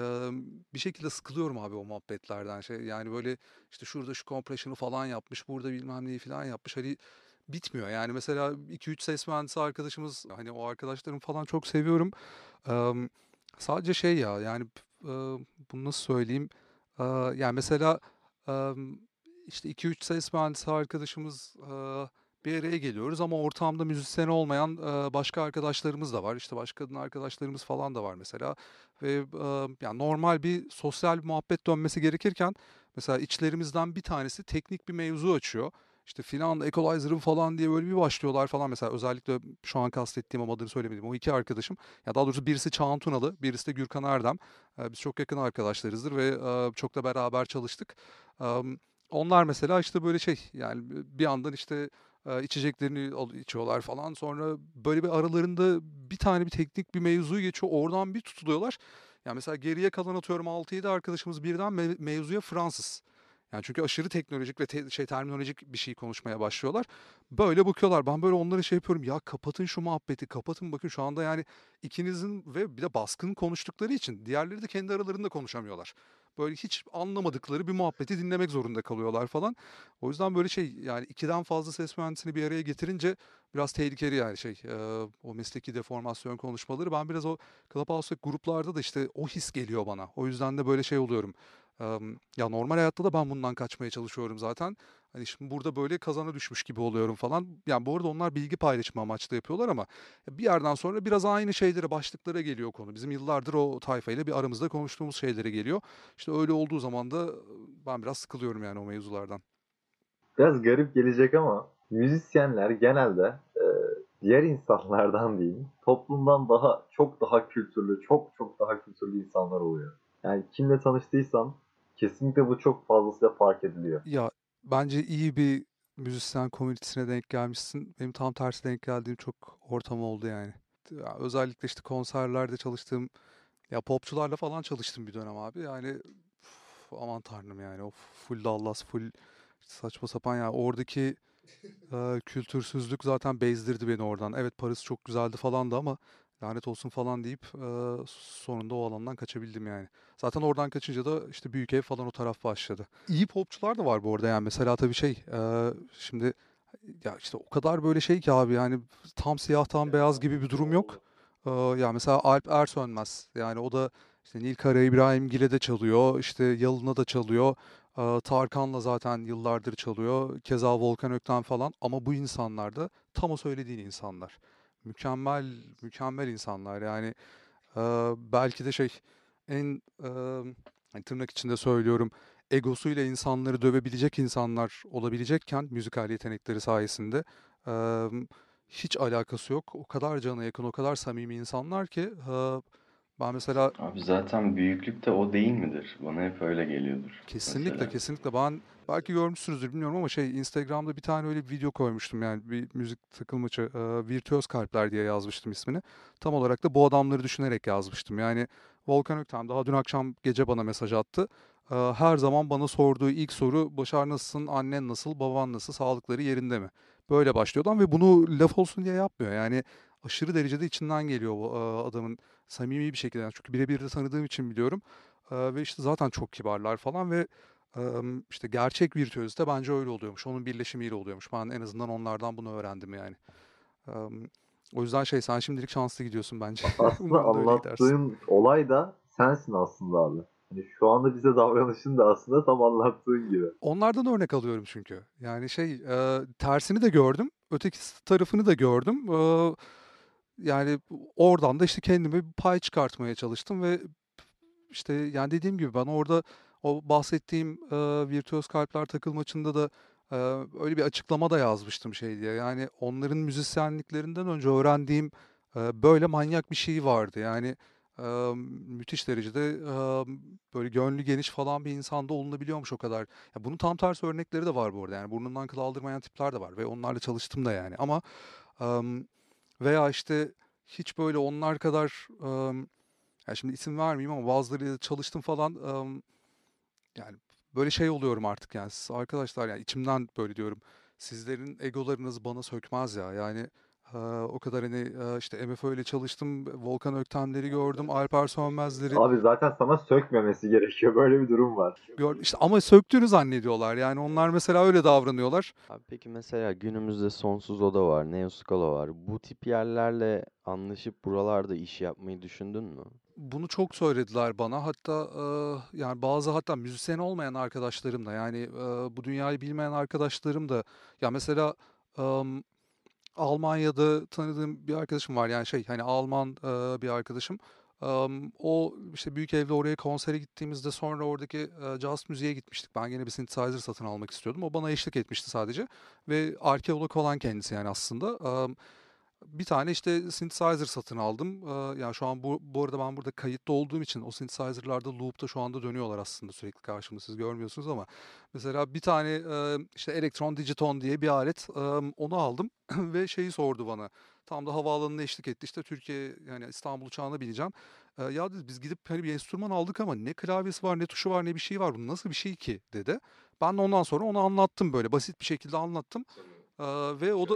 bir şekilde sıkılıyorum abi o muhabbetlerden. Yani, böyle, işte, şurada şu compression'ı falan yapmış, burada bilmem neyi falan yapmış. Hani, bitmiyor. Yani, mesela 2-3 ses mühendisi arkadaşımız, hani, o arkadaşlarımı falan çok seviyorum. Emm, Sadece ya, yani, bunu nasıl söyleyeyim? Yani, mesela, emm, işte 2-3 ses mühendisi arkadaşımız, bir araya geliyoruz ama ortamda müzisyen olmayan, başka arkadaşlarımız da var. İşte, başka kadın arkadaşlarımız falan da var mesela ve, yani, normal bir sosyal bir muhabbet dönmesi gerekirken mesela içlerimizden bir tanesi teknik bir mevzu açıyor. İşte, filan equalizer'ım falan diye böyle bir başlıyorlar falan. Mesela özellikle şu an kastettiğim ama adını söylemediğim o 2 arkadaşım, ya, daha doğrusu birisi Çağan Tunalı, birisi de Gürkan Erdem. Biz çok yakın arkadaşlarızdır ve çok da beraber çalıştık. Emm, Onlar mesela işte böyle yani bir yandan işte içeceklerini içiyorlar falan. Sonra böyle bir aralarında bir tane bir teknik bir mevzu geçiyor. Oradan bir tutuluyorlar. Yani mesela geriye kalan atıyorum 6-7 arkadaşımız birden mevzuya Fransız. Yani çünkü aşırı teknolojik ve terminolojik bir şey konuşmaya başlıyorlar. Böyle bakıyorlar. Ben böyle onlara şey yapıyorum. Ya kapatın şu muhabbeti. Kapatın bakın şu anda yani ikinizin ve bir de baskın konuştukları için diğerleri de kendi aralarında konuşamıyorlar. Böyle hiç anlamadıkları bir muhabbeti dinlemek zorunda kalıyorlar falan. O yüzden böyle yani ikiden fazla ses mühendisini bir araya getirince biraz tehlikeli yani o mesleki deformasyon konuşmaları. Ben biraz o Clubhouse'daki gruplarda da işte o his geliyor bana. O yüzden de böyle oluyorum. Ya normal hayatta da ben bundan kaçmaya çalışıyorum zaten. Hani şimdi burada böyle kazana düşmüş gibi oluyorum falan. Yani bu arada onlar bilgi paylaşımı amaçlı yapıyorlar ama bir yerden sonra biraz aynı şeylere, başlıklara geliyor konu. Bizim yıllardır o tayfayla bir aramızda konuştuğumuz şeylere geliyor. İşte öyle olduğu zaman da ben biraz sıkılıyorum yani o mevzulardan. Biraz garip gelecek ama müzisyenler genelde diğer insanlardan diyeyim, toplumdan çok daha kültürlü, çok çok daha kültürlü insanlar oluyor. Yani kimle tanıştıysam kesinlikle bu çok fazlasıyla fark ediliyor. Ya bence iyi bir müzisyen komünitesine denk gelmişsin. Benim tam tersi denk geldiğim çok ortam oldu yani. Ya özellikle işte konserlerde çalıştığım ya popçularla falan çalıştım bir dönem abi. Yani aman tanrım yani o full Dallas full saçma sapan ya oradaki kültürsüzlük zaten bezdirdi beni oradan. Evet parası çok güzeldi falan da ama lanet olsun falan deyip sonunda o alandan kaçabildim yani. Zaten oradan kaçınca da işte büyük ev falan o taraf başladı. İyi popçular da var bu arada yani mesela tabii şimdi ya işte o kadar böyle ki abi yani tam siyah tam beyaz gibi bir durum yok. Ya mesela Alp Ersönmez yani o da işte Nilkara İbrahimgil'e de çalıyor işte Yalın'a da çalıyor. Tarkan'la zaten yıllardır çalıyor. Keza Volkan Ökten falan ama bu insanlar da tam o söylediğin insanlar. Mükemmel, mükemmel insanlar. Yani belki de en hani tırnak içinde söylüyorum egosuyla insanları dövebilecek insanlar olabilecekken müzikal yetenekleri sayesinde eee, hiç alakası yok. O kadar cana yakın, o kadar samimi insanlar ki Ben mesela Abi zaten büyüklük de o değil midir? Bana hep öyle geliyordur kesinlikle mesela. kesinlikle ben belki görmüşsünüzdür bilmiyorum ama Instagram'da bir tane öyle bir video koymuştum yani bir müzik takılmaçı Virtüöz Kalpler diye yazmıştım ismini. Tam olarak da bu adamları düşünerek yazmıştım. Yani Volkan Öktem daha dün akşam gece bana mesaj attı. Her zaman bana sorduğu ilk soru Başar nasılsın, annen nasıl, baban nasıl, sağlıkları yerinde mi? Böyle başlıyor adam ve bunu laf olsun diye yapmıyor. Yani aşırı derecede içinden geliyor bu adamın samimi bir şekilde. Yani çünkü birebir de tanıdığım için biliyorum. Ve işte zaten çok kibarlar falan ve işte gerçek virtüözite bence öyle oluyormuş. Onun birleşimiyle oluyormuş. Ben en azından onlardan bunu öğrendim yani. Em, O yüzden sen şimdilik şanslı gidiyorsun bence. Aslında Umarım da öyle gidersin. anlattığın olay da sensin aslında abi. Hani şu anda bize davranışın da aslında tam anlattığın gibi. Onlardan örnek alıyorum çünkü. Yani tersini de gördüm. Öteki tarafını da gördüm. Yani oradan da işte kendime bir pay çıkartmaya çalıştım ve işte yani dediğim gibi ben orada o bahsettiğim Virtüöz Kalpler takılmaçında da e, öyle bir açıklama da yazmıştım şey diye. Yani onların müzisyenliklerinden önce öğrendiğim böyle manyak bir şey vardı. Yani e, müthiş derecede böyle gönlü geniş falan bir insanda olunabiliyormuş o kadar. Ya bunun tam tersi örnekleri de var bu arada. Yani burnundan kıl aldırmayan tipler de var ve onlarla çalıştım da yani. Ama veya işte hiç böyle onlar kadar ya şimdi isim vermeyeyim ama bazılarıyla çalıştım falan. Yani böyle şey oluyorum artık yani arkadaşlar yani içimden böyle diyorum. Sizlerin egolarınız bana sökmez ya. Yani o kadar hani işte MFÖ ile çalıştım. Volkan Öktemleri gördüm. Alper Sönmezleri Abi zaten sana sökmemesi gerekiyor. Böyle bir durum var. gördüm. İşte ama söktüğünü zannediyorlar. Yani onlar mesela öyle davranıyorlar. Abi peki mesela günümüzde Sonsuz Oda var, Neo Scala var. Bu tip yerlerle anlaşıp buralarda iş yapmayı düşündün mü? Bunu çok söylediler bana. Hatta yani bazı hatta müzisyen olmayan arkadaşlarım da yani bu dünyayı bilmeyen arkadaşlarım da ya mesela Almanya'da tanıdığım bir arkadaşım var yani hani Alman bir arkadaşım. O işte büyük evde oraya konsere gittiğimizde sonra oradaki caz müziğe gitmiştik. Ben yine bir synthesizer satın almak istiyordum. O bana eşlik etmişti sadece ve arkeolog olan kendisi yani aslında. Bir tane işte synthesizer satın aldım. Yani şu an bu arada ben burada kayıtlı olduğum için o synthesizer'larda loop'ta şu anda dönüyorlar aslında sürekli karşımda siz görmüyorsunuz ama mesela bir tane işte Elektron Digiton diye bir alet onu aldım ve şeyi sordu bana. Tam da havaalanına eşlik etti işte Türkiye yani İstanbul uçağına bineceğim. Ya dedi biz gidip hani bir enstrüman aldık ama ne klavyesi var ne tuşu var ne bir şey var bu nasıl bir şey ki dedi. Ben de ondan sonra onu anlattım böyle basit bir şekilde anlattım. Ve o da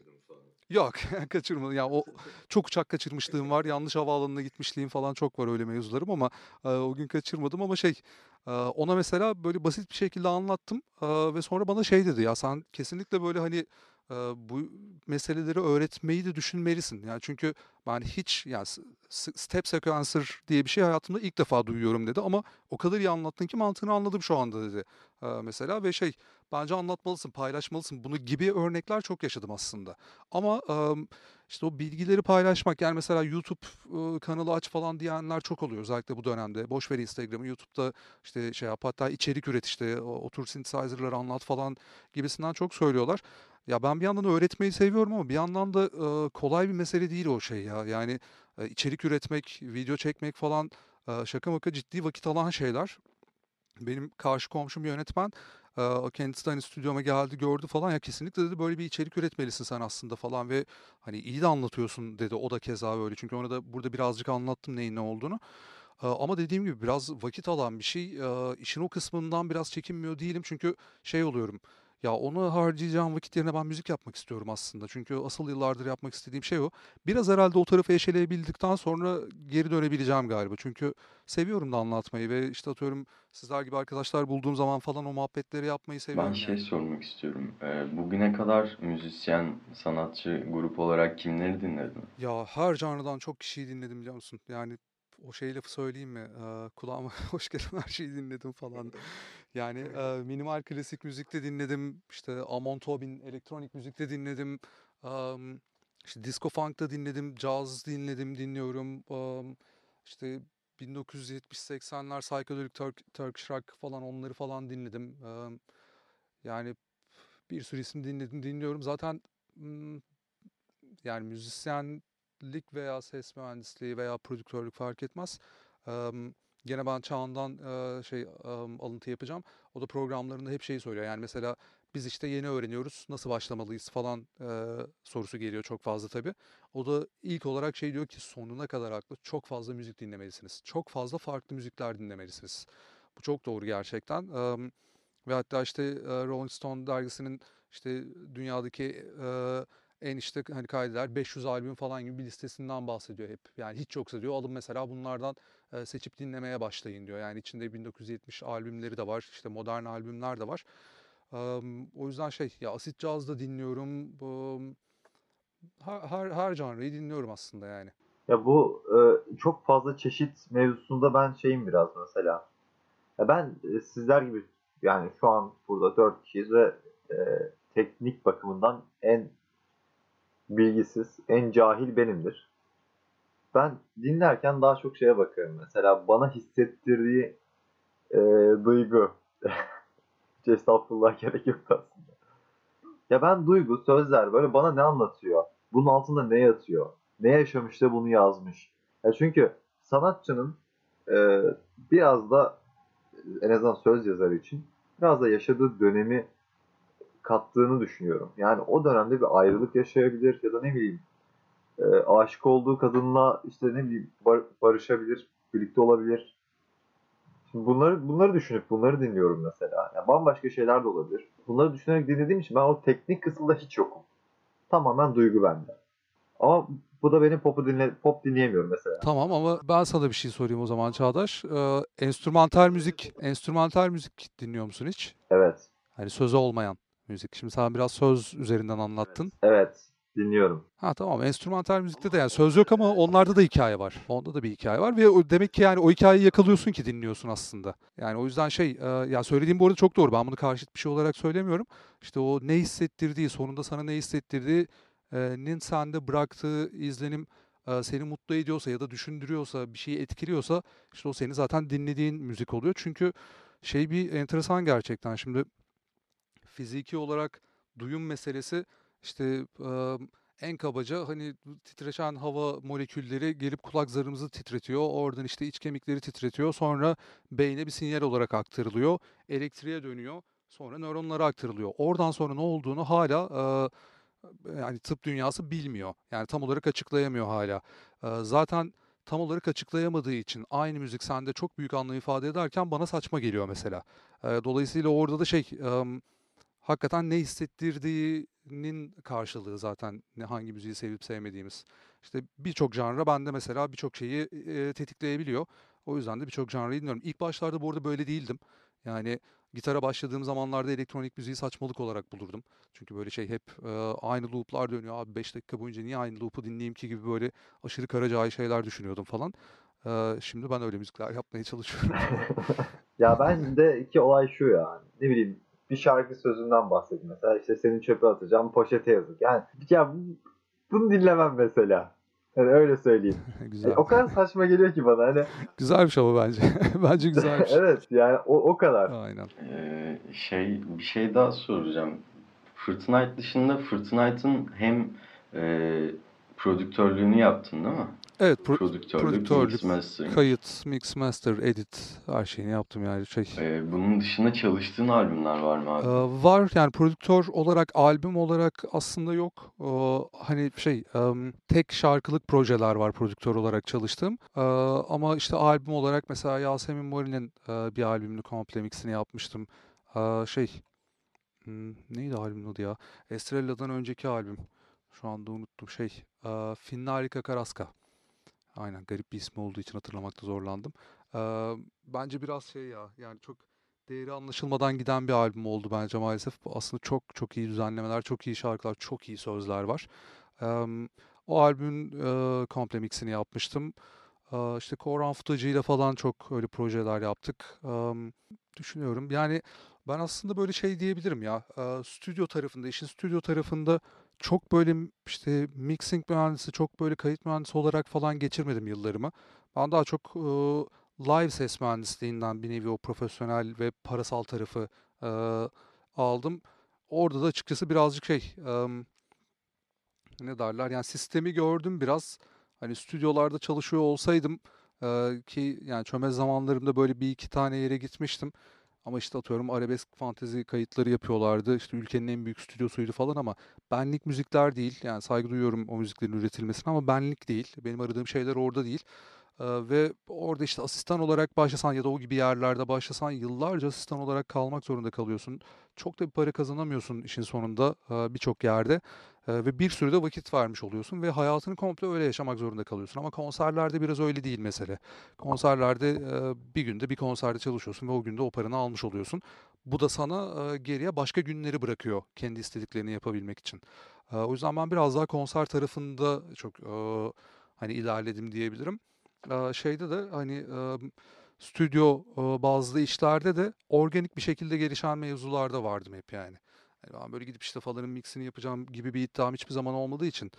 yok kaçırmadım. Ya o çok uçak kaçırmışlığım var. Yanlış havaalanına gitmişliğim falan çok var öyle mevzularım ama o gün kaçırmadım ama ona mesela böyle basit bir şekilde anlattım ve sonra bana şey dedi ya sen kesinlikle böyle hani bu meseleleri öğretmeyi de düşünmelisin. Yani çünkü ben hiç yani step sequencer diye bir şey hayatımda ilk defa duyuyorum dedi ama o kadar iyi anlattın ki mantığını anladım şu anda dedi. Mesela ve bence anlatmalısın, paylaşmalısın. Bunu gibi örnekler çok yaşadım aslında. Ama işte o bilgileri paylaşmak yani mesela YouTube kanalı aç falan diyenler çok oluyor özellikle bu dönemde. Boş ver Instagram'ı, YouTube'da işte şey yap hatta içerik üret işte otur synthesizer'ları anlat falan gibisinden çok söylüyorlar. Ya ben bir yandan öğretmeyi seviyorum ama bir yandan da kolay bir mesele değil o şey ya. Yani içerik üretmek, video çekmek falan şaka maka ciddi vakit alan şeyler. Benim karşı komşum yönetmen. O kendisi de hani stüdyoma geldi gördü falan ya kesinlikle dedi böyle bir içerik üretmelisin sen aslında falan ve hani iyi de anlatıyorsun dedi o da keza öyle çünkü ona da burada birazcık anlattım neyin ne olduğunu. Ama dediğim gibi biraz vakit alan bir şey. İşin o kısmından biraz çekinmiyor değilim çünkü şey oluyorum. Ya onu harcayacağım vakit yerine ben müzik yapmak istiyorum aslında. Çünkü asıl yıllardır yapmak istediğim şey o. Biraz herhalde o tarafı eşeleyebildikten sonra geri dönebileceğim galiba. Çünkü seviyorum da anlatmayı ve işte atıyorum sizler gibi arkadaşlar bulduğum zaman falan o muhabbetleri yapmayı Ben seviyorum şey yani. sormak istiyorum. Bugüne kadar müzisyen, sanatçı, grup olarak kimleri dinledin? Ya her canlıdan çok kişiyi dinledim biliyor musun? Yani o şey lafı söyleyeyim mi? Kulağıma hoş gelen her şeyi dinledim falan. Yani minimal klasik müzikte dinledim. İşte Amon Tobin elektronik müzikte dinledim. Am, işte disco funk'ta dinledim. Caz dinledim, dinliyorum. İşte 1970-80'ler psychedelic Turkish rock falan onları falan dinledim. Yani bir sürü isim dinledim, dinliyorum. Zaten yani müzisyenlik müziklik veya ses mühendisliği veya prodüktörlük fark etmez. Gene ben Çağan'dan alıntı yapacağım. O da programlarında hep şeyi söylüyor. Yani mesela biz işte yeni öğreniyoruz, nasıl başlamalıyız falan sorusu geliyor çok fazla tabii. O da ilk olarak şey diyor ki sonuna kadar haklı. Çok fazla müzik dinlemelisiniz. Çok fazla farklı müzikler dinlemelisiniz. Bu çok doğru gerçekten. Ve hatta işte Rolling Stone dergisinin işte dünyadaki en işte hani kaydeder 500 albüm falan gibi bir listesinden bahsediyor hep. Yani hiç yoksa diyor alın mesela bunlardan seçip dinlemeye başlayın diyor. Yani içinde 1970 albümleri de var, işte modern albümler de var. O yüzden ya acid jazz da dinliyorum. Her janrayı dinliyorum aslında yani. Ya bu çok fazla çeşit mevzusunda ben şeyim biraz mesela. Ya ben sizler gibi yani şu an burada 4 kişiyiz ve e, teknik bakımından en bilgisiz, en cahil benimdir. Ben dinlerken daha çok şeye bakıyorum. Mesela bana hissettirdiği e, duygu. Hiç estağfurullah gerek yok aslında. Ya ben duygu, sözler böyle bana ne anlatıyor? Bunun altında ne yatıyor? Ne yaşamış da bunu yazmış? Ya çünkü sanatçının e, biraz da en azından söz yazarı için biraz da yaşadığı dönemi kattığını düşünüyorum. Yani o dönemde bir ayrılık yaşayabilir ya da ne bileyim aşık olduğu kadınla işte ne bileyim barışabilir, birlikte olabilir. Şimdi bunları düşünüp bunları dinliyorum mesela. Yani bambaşka şeyler de olabilir. Bunları düşünerek dinlediğim için ben o teknik kısımda hiç yokum. Tamamen duygu bende. Ama bu da benim pop dinleyemiyorum mesela. Tamam ama ben sana bir şey sorayım o zaman Çağdaş. Enstrümantal müzik dinliyor musun hiç? Evet. Hani sözü olmayan müzik. Şimdi sen biraz söz üzerinden anlattın. Evet. Dinliyorum. Ha tamam, enstrümantal müzikte de yani söz yok ama onlarda da hikaye var. Onda da bir hikaye var ve demek ki yani o hikayeyi yakalıyorsun ki dinliyorsun aslında. Yani o yüzden ya söylediğim bu arada çok doğru. Ben bunu karşıt bir şey olarak söylemiyorum. İşte o ne hissettirdiği, sonunda sana ne hissettirdiğinin sende bıraktığı izlenim seni mutlu ediyorsa ya da düşündürüyorsa, bir şeyi etkiliyorsa işte o senin zaten dinlediğin müzik oluyor. Çünkü bir enteresan gerçekten. Şimdi fiziki olarak duyum meselesi işte en kabaca hani titreşen hava molekülleri gelip kulak zarımızı titretiyor. Oradan işte iç kemikleri titretiyor. Sonra beyne bir sinyal olarak aktarılıyor. Elektriğe dönüyor. Sonra nöronlara aktarılıyor. Oradan sonra ne olduğunu hala yani tıp dünyası bilmiyor. Yani tam olarak açıklayamıyor hala. Zaten tam olarak açıklayamadığı için aynı müzik sende çok büyük anlam ifade ederken bana saçma geliyor mesela. Dolayısıyla orada da hakikaten ne hissettirdiğinin karşılığı zaten hangi müziği sevip sevmediğimiz. İşte birçok janra bende mesela birçok şeyi tetikleyebiliyor. O yüzden de birçok janrayı dinliyorum. İlk başlarda bu arada böyle değildim. Yani gitara başladığım zamanlarda elektronik müziği saçmalık olarak bulurdum. Çünkü böyle hep aynı loop'lar dönüyor. Abi 5 dakika boyunca niye aynı loop'u dinleyeyim ki gibi böyle aşırı karacahi şeyler düşünüyordum falan. Şimdi ben öyle müzikler yapmaya çalışıyorum. Ya bendeki olay şu ya. Ne bileyim bir şarkı sözünden bahsedeyim mesela. İşte seni çöpe atacağım, poşete yazık. Yani ya bunu dinlemem mesela. Yani öyle söyleyeyim. Güzel. O kadar saçma geliyor ki bana hani. Güzelmiş ama bence. Bence güzelmiş. Evet yani o kadar. Aynen. Bir şey daha soracağım. Fortnite dışında Fortnite'ın hem prodüktörlüğünü yaptın değil mi? Evet, Prodüktörlük, prodüktörlük, mix mastering. kayıt, mix, master, edit her şeyini yaptım yani Bunun dışında çalıştığın albümler var mı abi? Var yani prodüktör olarak, albüm olarak aslında yok. Hani tek şarkılık projeler var prodüktör olarak çalıştığım. Ama işte albüm olarak mesela Yasemin Mori'nin bir albümünü komple mixini yapmıştım. Neydi albümün adı ya? Estrella'dan önceki albüm. Şu anda unuttum. Finnarika Karaska. Aynen, garip bir ismi olduğu için hatırlamakta zorlandım. Bence biraz ya yani çok değeri anlaşılmadan giden bir albüm oldu bence maalesef. Aslında çok çok iyi düzenlemeler, çok iyi şarkılar, çok iyi sözler var. O albümün komple mixini yapmıştım. İşte Korhan Futacı ile falan çok öyle projeler yaptık. Düşünüyorum. Yani ben aslında böyle diyebilirim ya. İşin stüdyo tarafında çok böyle işte mixing mühendisi, çok böyle kayıt mühendisi olarak falan geçirmedim yıllarımı. Ben daha çok live ses mühendisliğinden bir nevi o profesyonel ve parasal tarafı aldım. Orada da açıkçası birazcık ne derler yani sistemi gördüm biraz. Hani stüdyolarda çalışıyor olsaydım ki yani çömez zamanlarımda böyle bir iki tane yere gitmiştim. Ama işte atıyorum arabesk fantezi kayıtları yapıyorlardı. İşte ülkenin en büyük stüdyosuydu falan ama benlik müzikler değil. Yani saygı duyuyorum o müziklerin üretilmesine ama benlik değil. Benim aradığım şeyler orada değil. Ve orada işte asistan olarak başlasan ya da o gibi yerlerde başlasan yıllarca asistan olarak kalmak zorunda kalıyorsun. Çok da bir para kazanamıyorsun işin sonunda birçok yerde. Ve bir sürü de vakit vermiş oluyorsun ve hayatını komple öyle yaşamak zorunda kalıyorsun. Ama konserlerde biraz öyle değil mesele. Konserlerde bir günde bir konserde çalışıyorsun ve o günde o paranı almış oluyorsun. Bu da sana geriye başka günleri bırakıyor kendi istediklerini yapabilmek için. O yüzden ben biraz daha konser tarafında çok hani ilerledim diyebilirim. Şeyde de hani stüdyo bazlı işlerde de organik bir şekilde gelişen mevzularda vardım hep yani. Yani ben böyle gidip işte falanın mixini yapacağım gibi bir iddiam hiçbir zaman olmadığı için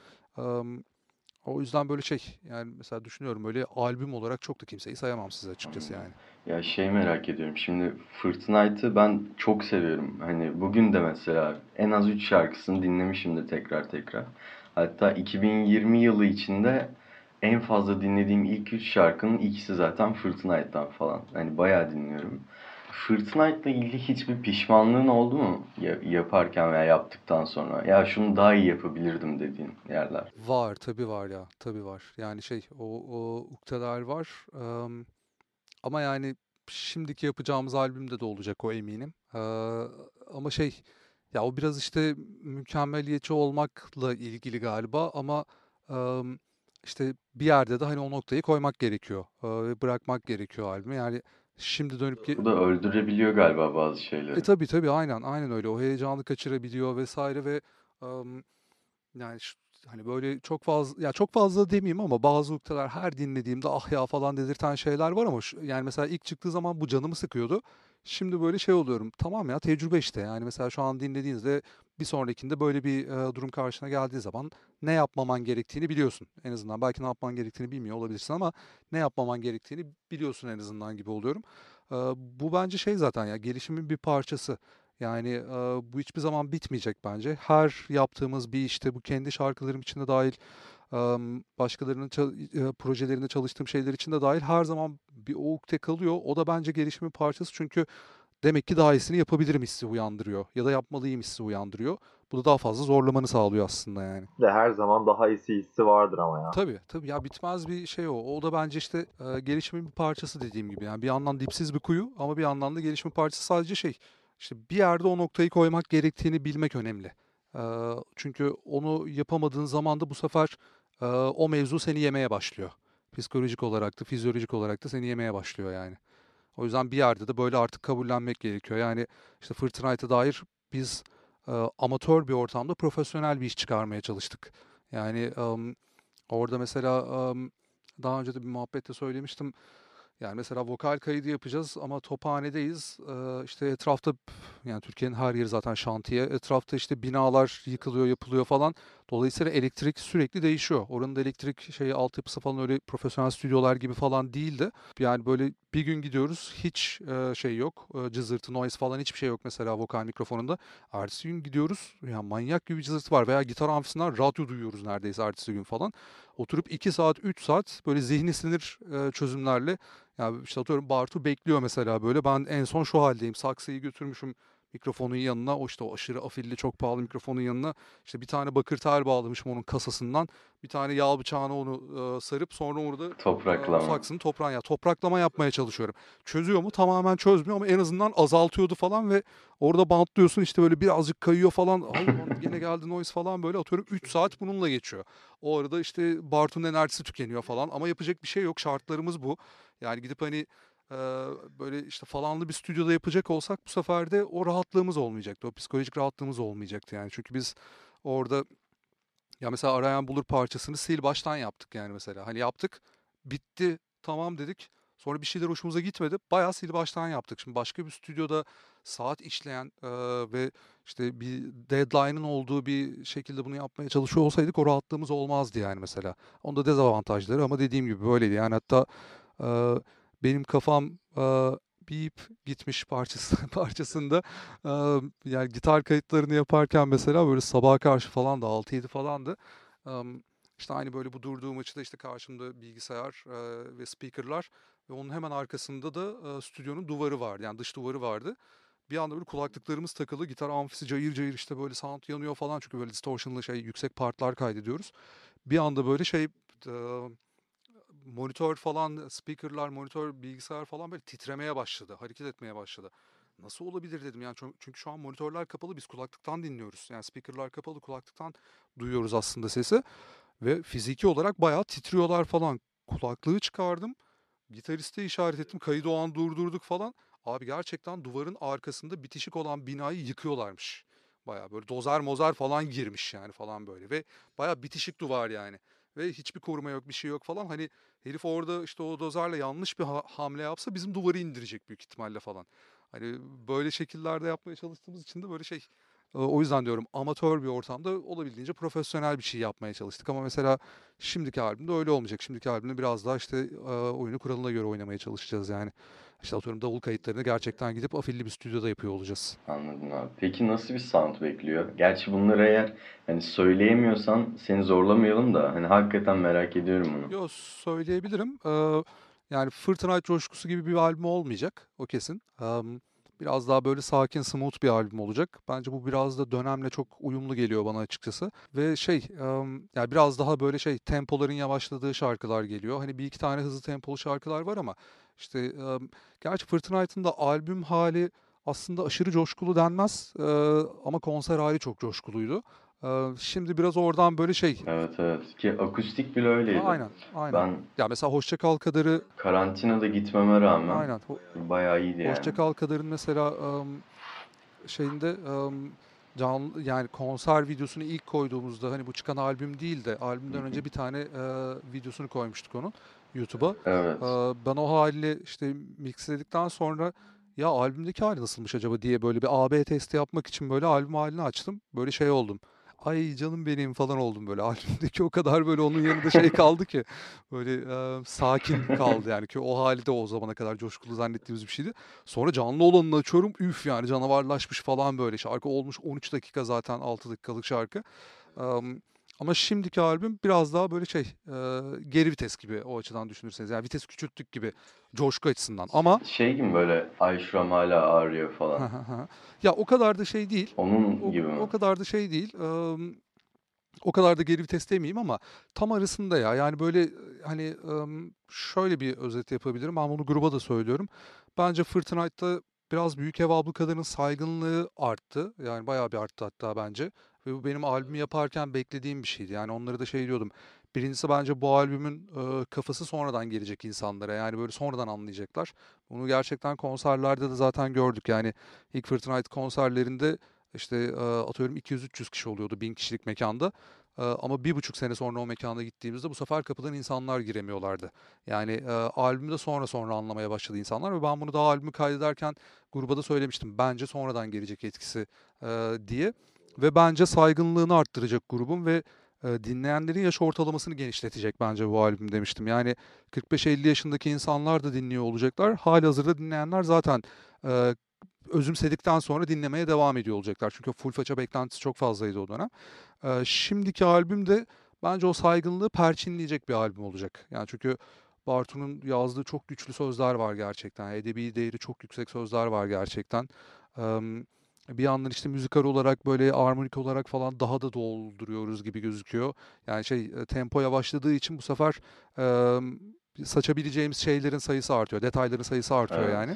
o yüzden böyle şey yani mesela düşünüyorum böyle albüm olarak çok da kimseyi sayamam size açıkçası yani. Ya şey merak ediyorum. Şimdi Fortnite'ı ben çok seviyorum. Hani bugün de mesela en az 3 şarkısını dinlemişim de tekrar tekrar. Hatta 2020 yılı içinde en fazla dinlediğim ilk 3 şarkının ikisi zaten Fortnite'dan falan. Hani bayağı dinliyorum. Fortnite'la ilgili hiçbir pişmanlığın oldu mu? Yaparken veya yaptıktan sonra. Ya şunu daha iyi yapabilirdim dediğin yerler. Var tabii var ya tabii var. Yani şey o ukdeler var. Ama yani şimdiki yapacağımız albümde de olacak o eminim. Ama şey ya o biraz işte mükemmeliyetçi olmakla ilgili galiba ama işte bir yerde de hani o noktayı koymak gerekiyor ve bırakmak gerekiyor albümü. Yani şimdi dönüp Bu da öldürebiliyor galiba bazı şeyleri. tabii tabii aynen öyle o heyecanı kaçırabiliyor vesaire ve yani hani böyle çok fazla ya çok fazla demeyeyim ama bazı noktalar her dinlediğimde ah ya falan dedirten şeyler var ama yani mesela ilk çıktığı zaman bu canımı sıkıyordu. Şimdi böyle şey oluyorum. Tamam ya tecrübe işte. Yani mesela şu an dinlediğinizde bir sonrakinde böyle bir durum karşına geldiği zaman ne yapmaman gerektiğini biliyorsun. En azından belki ne yapman gerektiğini bilmiyor olabilirsin ama ne yapmaman gerektiğini biliyorsun en azından gibi oluyorum. Bu bence şey zaten ya gelişimin bir parçası. Yani bu hiçbir zaman bitmeyecek bence. Her yaptığımız bir işte bu kendi şarkılarım için de dahil, başkalarının projelerinde çalıştığım şeyler için de dahil her zaman bir o ukde kalıyor. O da bence gelişimin parçası çünkü demek ki daha iyisini yapabilirim hissi uyandırıyor ya da yapmalıyım hissi uyandırıyor. Bu da daha fazla zorlamanı sağlıyor aslında yani. De her zaman daha iyisi hissi vardır ama ya. Tabii tabii ya bitmez bir şey o. O da bence işte gelişimin bir parçası dediğim gibi. Yani bir yandan dipsiz bir kuyu ama bir yandan da gelişimin parçası sadece şey. İşte bir yerde o noktayı koymak gerektiğini bilmek önemli. Çünkü onu yapamadığın zaman da bu sefer o mevzu seni yemeye başlıyor. Psikolojik olarak da fizyolojik olarak da seni yemeye başlıyor yani. O yüzden bir yerde de böyle artık kabullenmek gerekiyor. Yani işte Fırtınayt'a dair biz amatör bir ortamda profesyonel bir iş çıkarmaya çalıştık. Yani orada mesela daha önce de bir muhabbette söylemiştim. Yani mesela vokal kaydı yapacağız ama tophanedeyiz. İşte etrafta yani Türkiye'nin her yeri zaten şantiye. Etrafta işte binalar yıkılıyor, yapılıyor falan. Dolayısıyla elektrik sürekli değişiyor. Oranın da elektrik şeyi altyapısı falan öyle profesyonel stüdyolar gibi falan değildi. Yani böyle bir gün gidiyoruz hiç şey yok. Cızırtı, noise falan hiçbir şey yok mesela vokal mikrofonunda. Ertesi gün gidiyoruz. Yani manyak gibi bir cızırtı var veya gitar amfisinden radyo duyuyoruz neredeyse ertesi gün falan. Oturup 2 saat, 3 saat böyle zihni sinir çözümlerle ya işte atıyorum Bartu bekliyor mesela böyle. Ben en son şu haldeyim. Saksıyı götürmüşüm mikrofonun yanına. O işte o aşırı afilli çok pahalı mikrofonun yanına. İşte bir tane bakır tel bağlamışım onun kasasından. Bir tane yağ bıçağına onu sarıp sonra orada o Topraklama. saksının toprağına ya topraklama yapmaya çalışıyorum. Çözüyor mu? Tamamen çözmüyor ama en azından azaltıyordu falan ve orada bantlıyorsun işte böyle birazcık kayıyor falan. Ay lan gene geldi noise falan böyle atıyorum 3 saat bununla geçiyor. O arada işte Bartu'nun enerjisi tükeniyor falan ama yapacak bir şey yok. Şartlarımız bu. Yani gidip hani böyle işte falanlı bir stüdyoda yapacak olsak bu sefer de o rahatlığımız olmayacaktı. O psikolojik rahatlığımız olmayacaktı yani. Çünkü biz orada ya mesela Arayan Bulur parçasını sil baştan yaptık yani mesela. Hani yaptık, bitti, tamam dedik. Sonra bir şeyler hoşumuza gitmedi. Bayağı sil baştan yaptık. Şimdi başka bir stüdyoda saat işleyen ve işte bir deadline'ın olduğu bir şekilde bunu yapmaya çalışıyor olsaydık o rahatlığımız olmazdı yani mesela. Onda dezavantajları ama dediğim gibi böyleydi. Yani hatta Eee, benim kafam bip gitmiş parçasında yani gitar kayıtlarını yaparken mesela böyle sabaha karşı falan da 6-7 falandı. İşte aynı böyle bu durduğum açıda işte karşımda bilgisayar ve speakerlar ve onun hemen arkasında da stüdyonun duvarı vardı. Yani dış duvarı vardı. Bir anda böyle kulaklıklarımız takılı, gitar amfisi cayır cayır işte böyle sound yanıyor falan çünkü böyle distortion'lı yüksek partlar kaydediyoruz. Bir anda böyle monitör falan, speakerlar, monitör, bilgisayar falan böyle titremeye başladı, hareket etmeye başladı. Nasıl olabilir dedim yani çünkü şu an monitörler kapalı, biz kulaklıktan dinliyoruz. Yani speakerlar kapalı, kulaklıktan duyuyoruz aslında sesi ve fiziki olarak bayağı titriyorlar falan. Kulaklığı çıkardım, gitariste işaret ettim, kaydı o an durdurduk falan. Abi gerçekten duvarın arkasında bitişik olan binayı yıkıyorlarmış. Bayağı böyle dozer mozer falan girmiş yani falan böyle ve bayağı bitişik duvar yani. Ve hiçbir koruma yok, bir şey yok falan. Hani herif orada işte o dozerle yanlış bir hamle yapsa bizim duvarı indirecek büyük ihtimalle falan. Hani böyle şekillerde yapmaya çalıştığımız için de böyle o yüzden diyorum amatör bir ortamda olabildiğince profesyonel bir şey yapmaya çalıştık. Ama mesela şimdiki albümde öyle olmayacak. Şimdiki albümde biraz daha işte oyunu kuralına göre oynamaya çalışacağız yani. İşte atıyorum davul kayıtlarını gerçekten gidip afilli bir stüdyoda yapıyor olacağız. Anladım abi. Peki nasıl bir sound bekliyor? Gerçi bunları eğer hani söyleyemiyorsan seni zorlamayalım da hani hakikaten merak ediyorum bunu. Yo, söyleyebilirim. Yani Fırtına Coşkusu gibi bir albüm olmayacak. O kesin. Biraz daha böyle sakin, smooth bir albüm olacak. Bence bu biraz da dönemle çok uyumlu geliyor bana açıkçası. Ve yani biraz daha böyle tempoların yavaşladığı şarkılar geliyor. Hani bir iki tane hızlı tempolu şarkılar var ama işte gerçi Fırtına'nın da albüm hali aslında aşırı coşkulu denmez. Ama konser hali çok coşkuluydu. Şimdi biraz oradan böyle Evet evet. Ki akustik bile öyleydi. aynen, aynen. Ben Ya mesela Hoşça Kal Kader'i karantinada gitmeme rağmen aynen. bayağı iyiydi yani. Hoşça Kal Kader'in mesela şeyinde canlı yani konser videosunu ilk koyduğumuzda hani bu çıkan albüm değil de Hı albümden hı. önce bir tane videosunu koymuştuk onun YouTube'a. Evet. Ben o haliyle işte mixledikten sonra ya albümdeki hali nasılmış acaba diye böyle bir A/B testi yapmak için böyle albüm halini açtım. Böyle oldum. Ay canım benim falan oldum böyle. Albümdeki o kadar böyle onun yanında kaldı ki böyle sakin kaldı yani ki o hali de o zamana kadar coşkulu zannettiğimiz bir şeydi. Sonra canlı olanını açıyorum. Üf yani canavarlaşmış falan böyle. Şarkı olmuş 13 dakika zaten 6 dakikalık şarkı. Am, Ama şimdiki albüm biraz daha böyle geri vites gibi o açıdan düşünürseniz. Yani vites küçülttük gibi coşku açısından. Ama Şey gibi böyle ay şuram hala ağrıyor falan. ya o kadar da değil. Onun gibi mi? O kadar da değil. O kadar da geri vites demeyeyim ama tam arasında ya. Yani böyle hani şöyle bir özet yapabilirim. Ben bunu gruba da söylüyorum. Bence Fırtınayt'ta biraz Büyük Ev Ablukada'nın saygınlığı arttı. Yani bayağı bir arttı hatta bence. Ve bu benim albümü yaparken beklediğim bir şeydi. Yani onları da diyordum. Birincisi bence bu albümün kafası sonradan gelecek insanlara. Yani böyle sonradan anlayacaklar. Bunu gerçekten konserlerde de zaten gördük. Yani ilk Fırtınayt konserlerinde işte atıyorum 200-300 kişi oluyordu 1000 kişilik mekanda. Ama 1,5 sene sonra o mekana gittiğimizde bu sefer kapıdan insanlar giremiyorlardı. Yani albümde sonra anlamaya başladı insanlar ve ben bunu daha albümü kaydederken gruba da söylemiştim. Bence sonradan gelecek etkisi diye. Ve bence saygınlığını arttıracak grubun ve dinleyenlerin yaş ortalamasını genişletecek bence bu albüm demiştim. Yani 45-50 yaşındaki insanlar da dinliyor olacaklar. Halihazırda dinleyenler zaten e, özümsedikten sonra dinlemeye devam ediyor olacaklar. Çünkü full faça beklentisi çok fazlaydı o dönem. Şimdiki albüm de bence o saygınlığı perçinleyecek bir albüm olacak. Yani çünkü Bartu'nun yazdığı çok güçlü sözler var gerçekten. Edebi değeri çok yüksek sözler var gerçekten. Bir yandan işte müzikal olarak böyle armonik olarak falan daha da dolduruyoruz gibi gözüküyor. Yani tempo yavaşladığı için bu sefer saçabileceğimiz şeylerin sayısı artıyor. Detayların sayısı artıyor yani. Evet.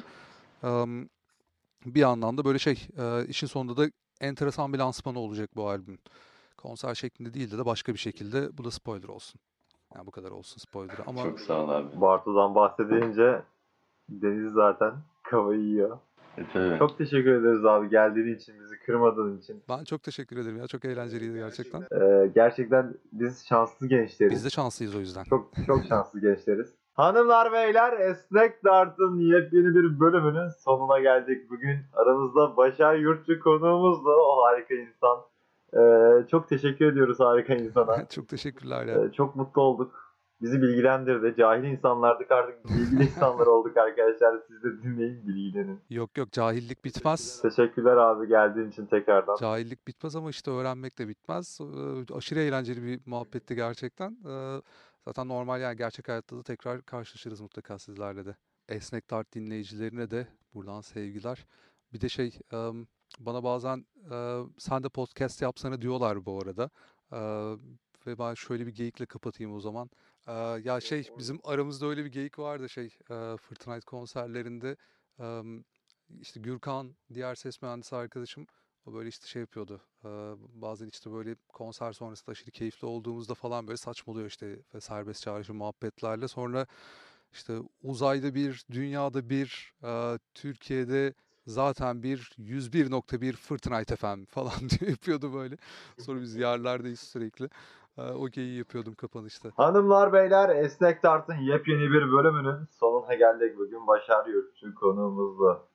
Bir yandan da böyle işin sonunda da enteresan bir lansmanı olacak bu albümün. Konser şeklinde değil de başka bir şekilde bu da spoiler olsun. Yani bu kadar olsun spoiler'ı ama Çok sağ ol abi. Bartu'dan bahsedince Deniz zaten kafayı yiyor. Tabii. Çok teşekkür ederiz abi geldiğin için, bizi kırmadığın için. ben çok teşekkür ederim ya. Çok eğlenceliydi gerçekten. Gerçekten biz şanslı gençleriz. Biz de şanslıyız o yüzden. Çok çok şanslı gençleriz. Hanımlar beyler, Esnek Dart'ın yepyeni bir bölümünün sonuna geldik. Bugün aramızda Başar Yurtçu konuğumuzla, o harika insan. Çok teşekkür ediyoruz harika insana. Çok teşekkürler ya. Çok mutlu olduk. bizi bilgilendirdi. Cahil insanlardık, artık bilgili insanlar olduk arkadaşlar. Siz de dinleyin, bilgilenin. Yok yok, cahillik bitmez. Teşekkürler abi geldiğin için tekrardan. Cahillik bitmez ama işte öğrenmek de bitmez. Aşırı eğlenceli bir muhabbetti gerçekten. Zaten normal, yani gerçek hayatta da tekrar karşılaşırız mutlaka sizlerle de. Esnek Dart dinleyicilerine de buradan sevgiler. Bir de bana bazen sen de podcast yapsana diyorlar bu arada. Ve ben şöyle bir geyikle kapatayım o zaman. Ya bizim aramızda öyle bir geyik vardı Fırtınayt konserlerinde. İşte Gürkan, diğer ses mühendisi arkadaşım, o böyle işte yapıyordu. Bazen işte böyle konser sonrasında aşırı keyifli olduğumuzda falan böyle saçmalıyor işte ve serbest çağrışım muhabbetlerle. Sonra işte uzayda bir, dünyada bir, Türkiye'de zaten bir, 101.1 Fırtınayt FM falan diye yapıyordu böyle. Sonra biz yerlerdeyiz sürekli. O geyiği yapıyordum kapanışta. Hanımlar beyler, Esnek Dart'ın yepyeni bir bölümünün sonuna geldik. Bugün Başar Yurtçu konuğumuzdu.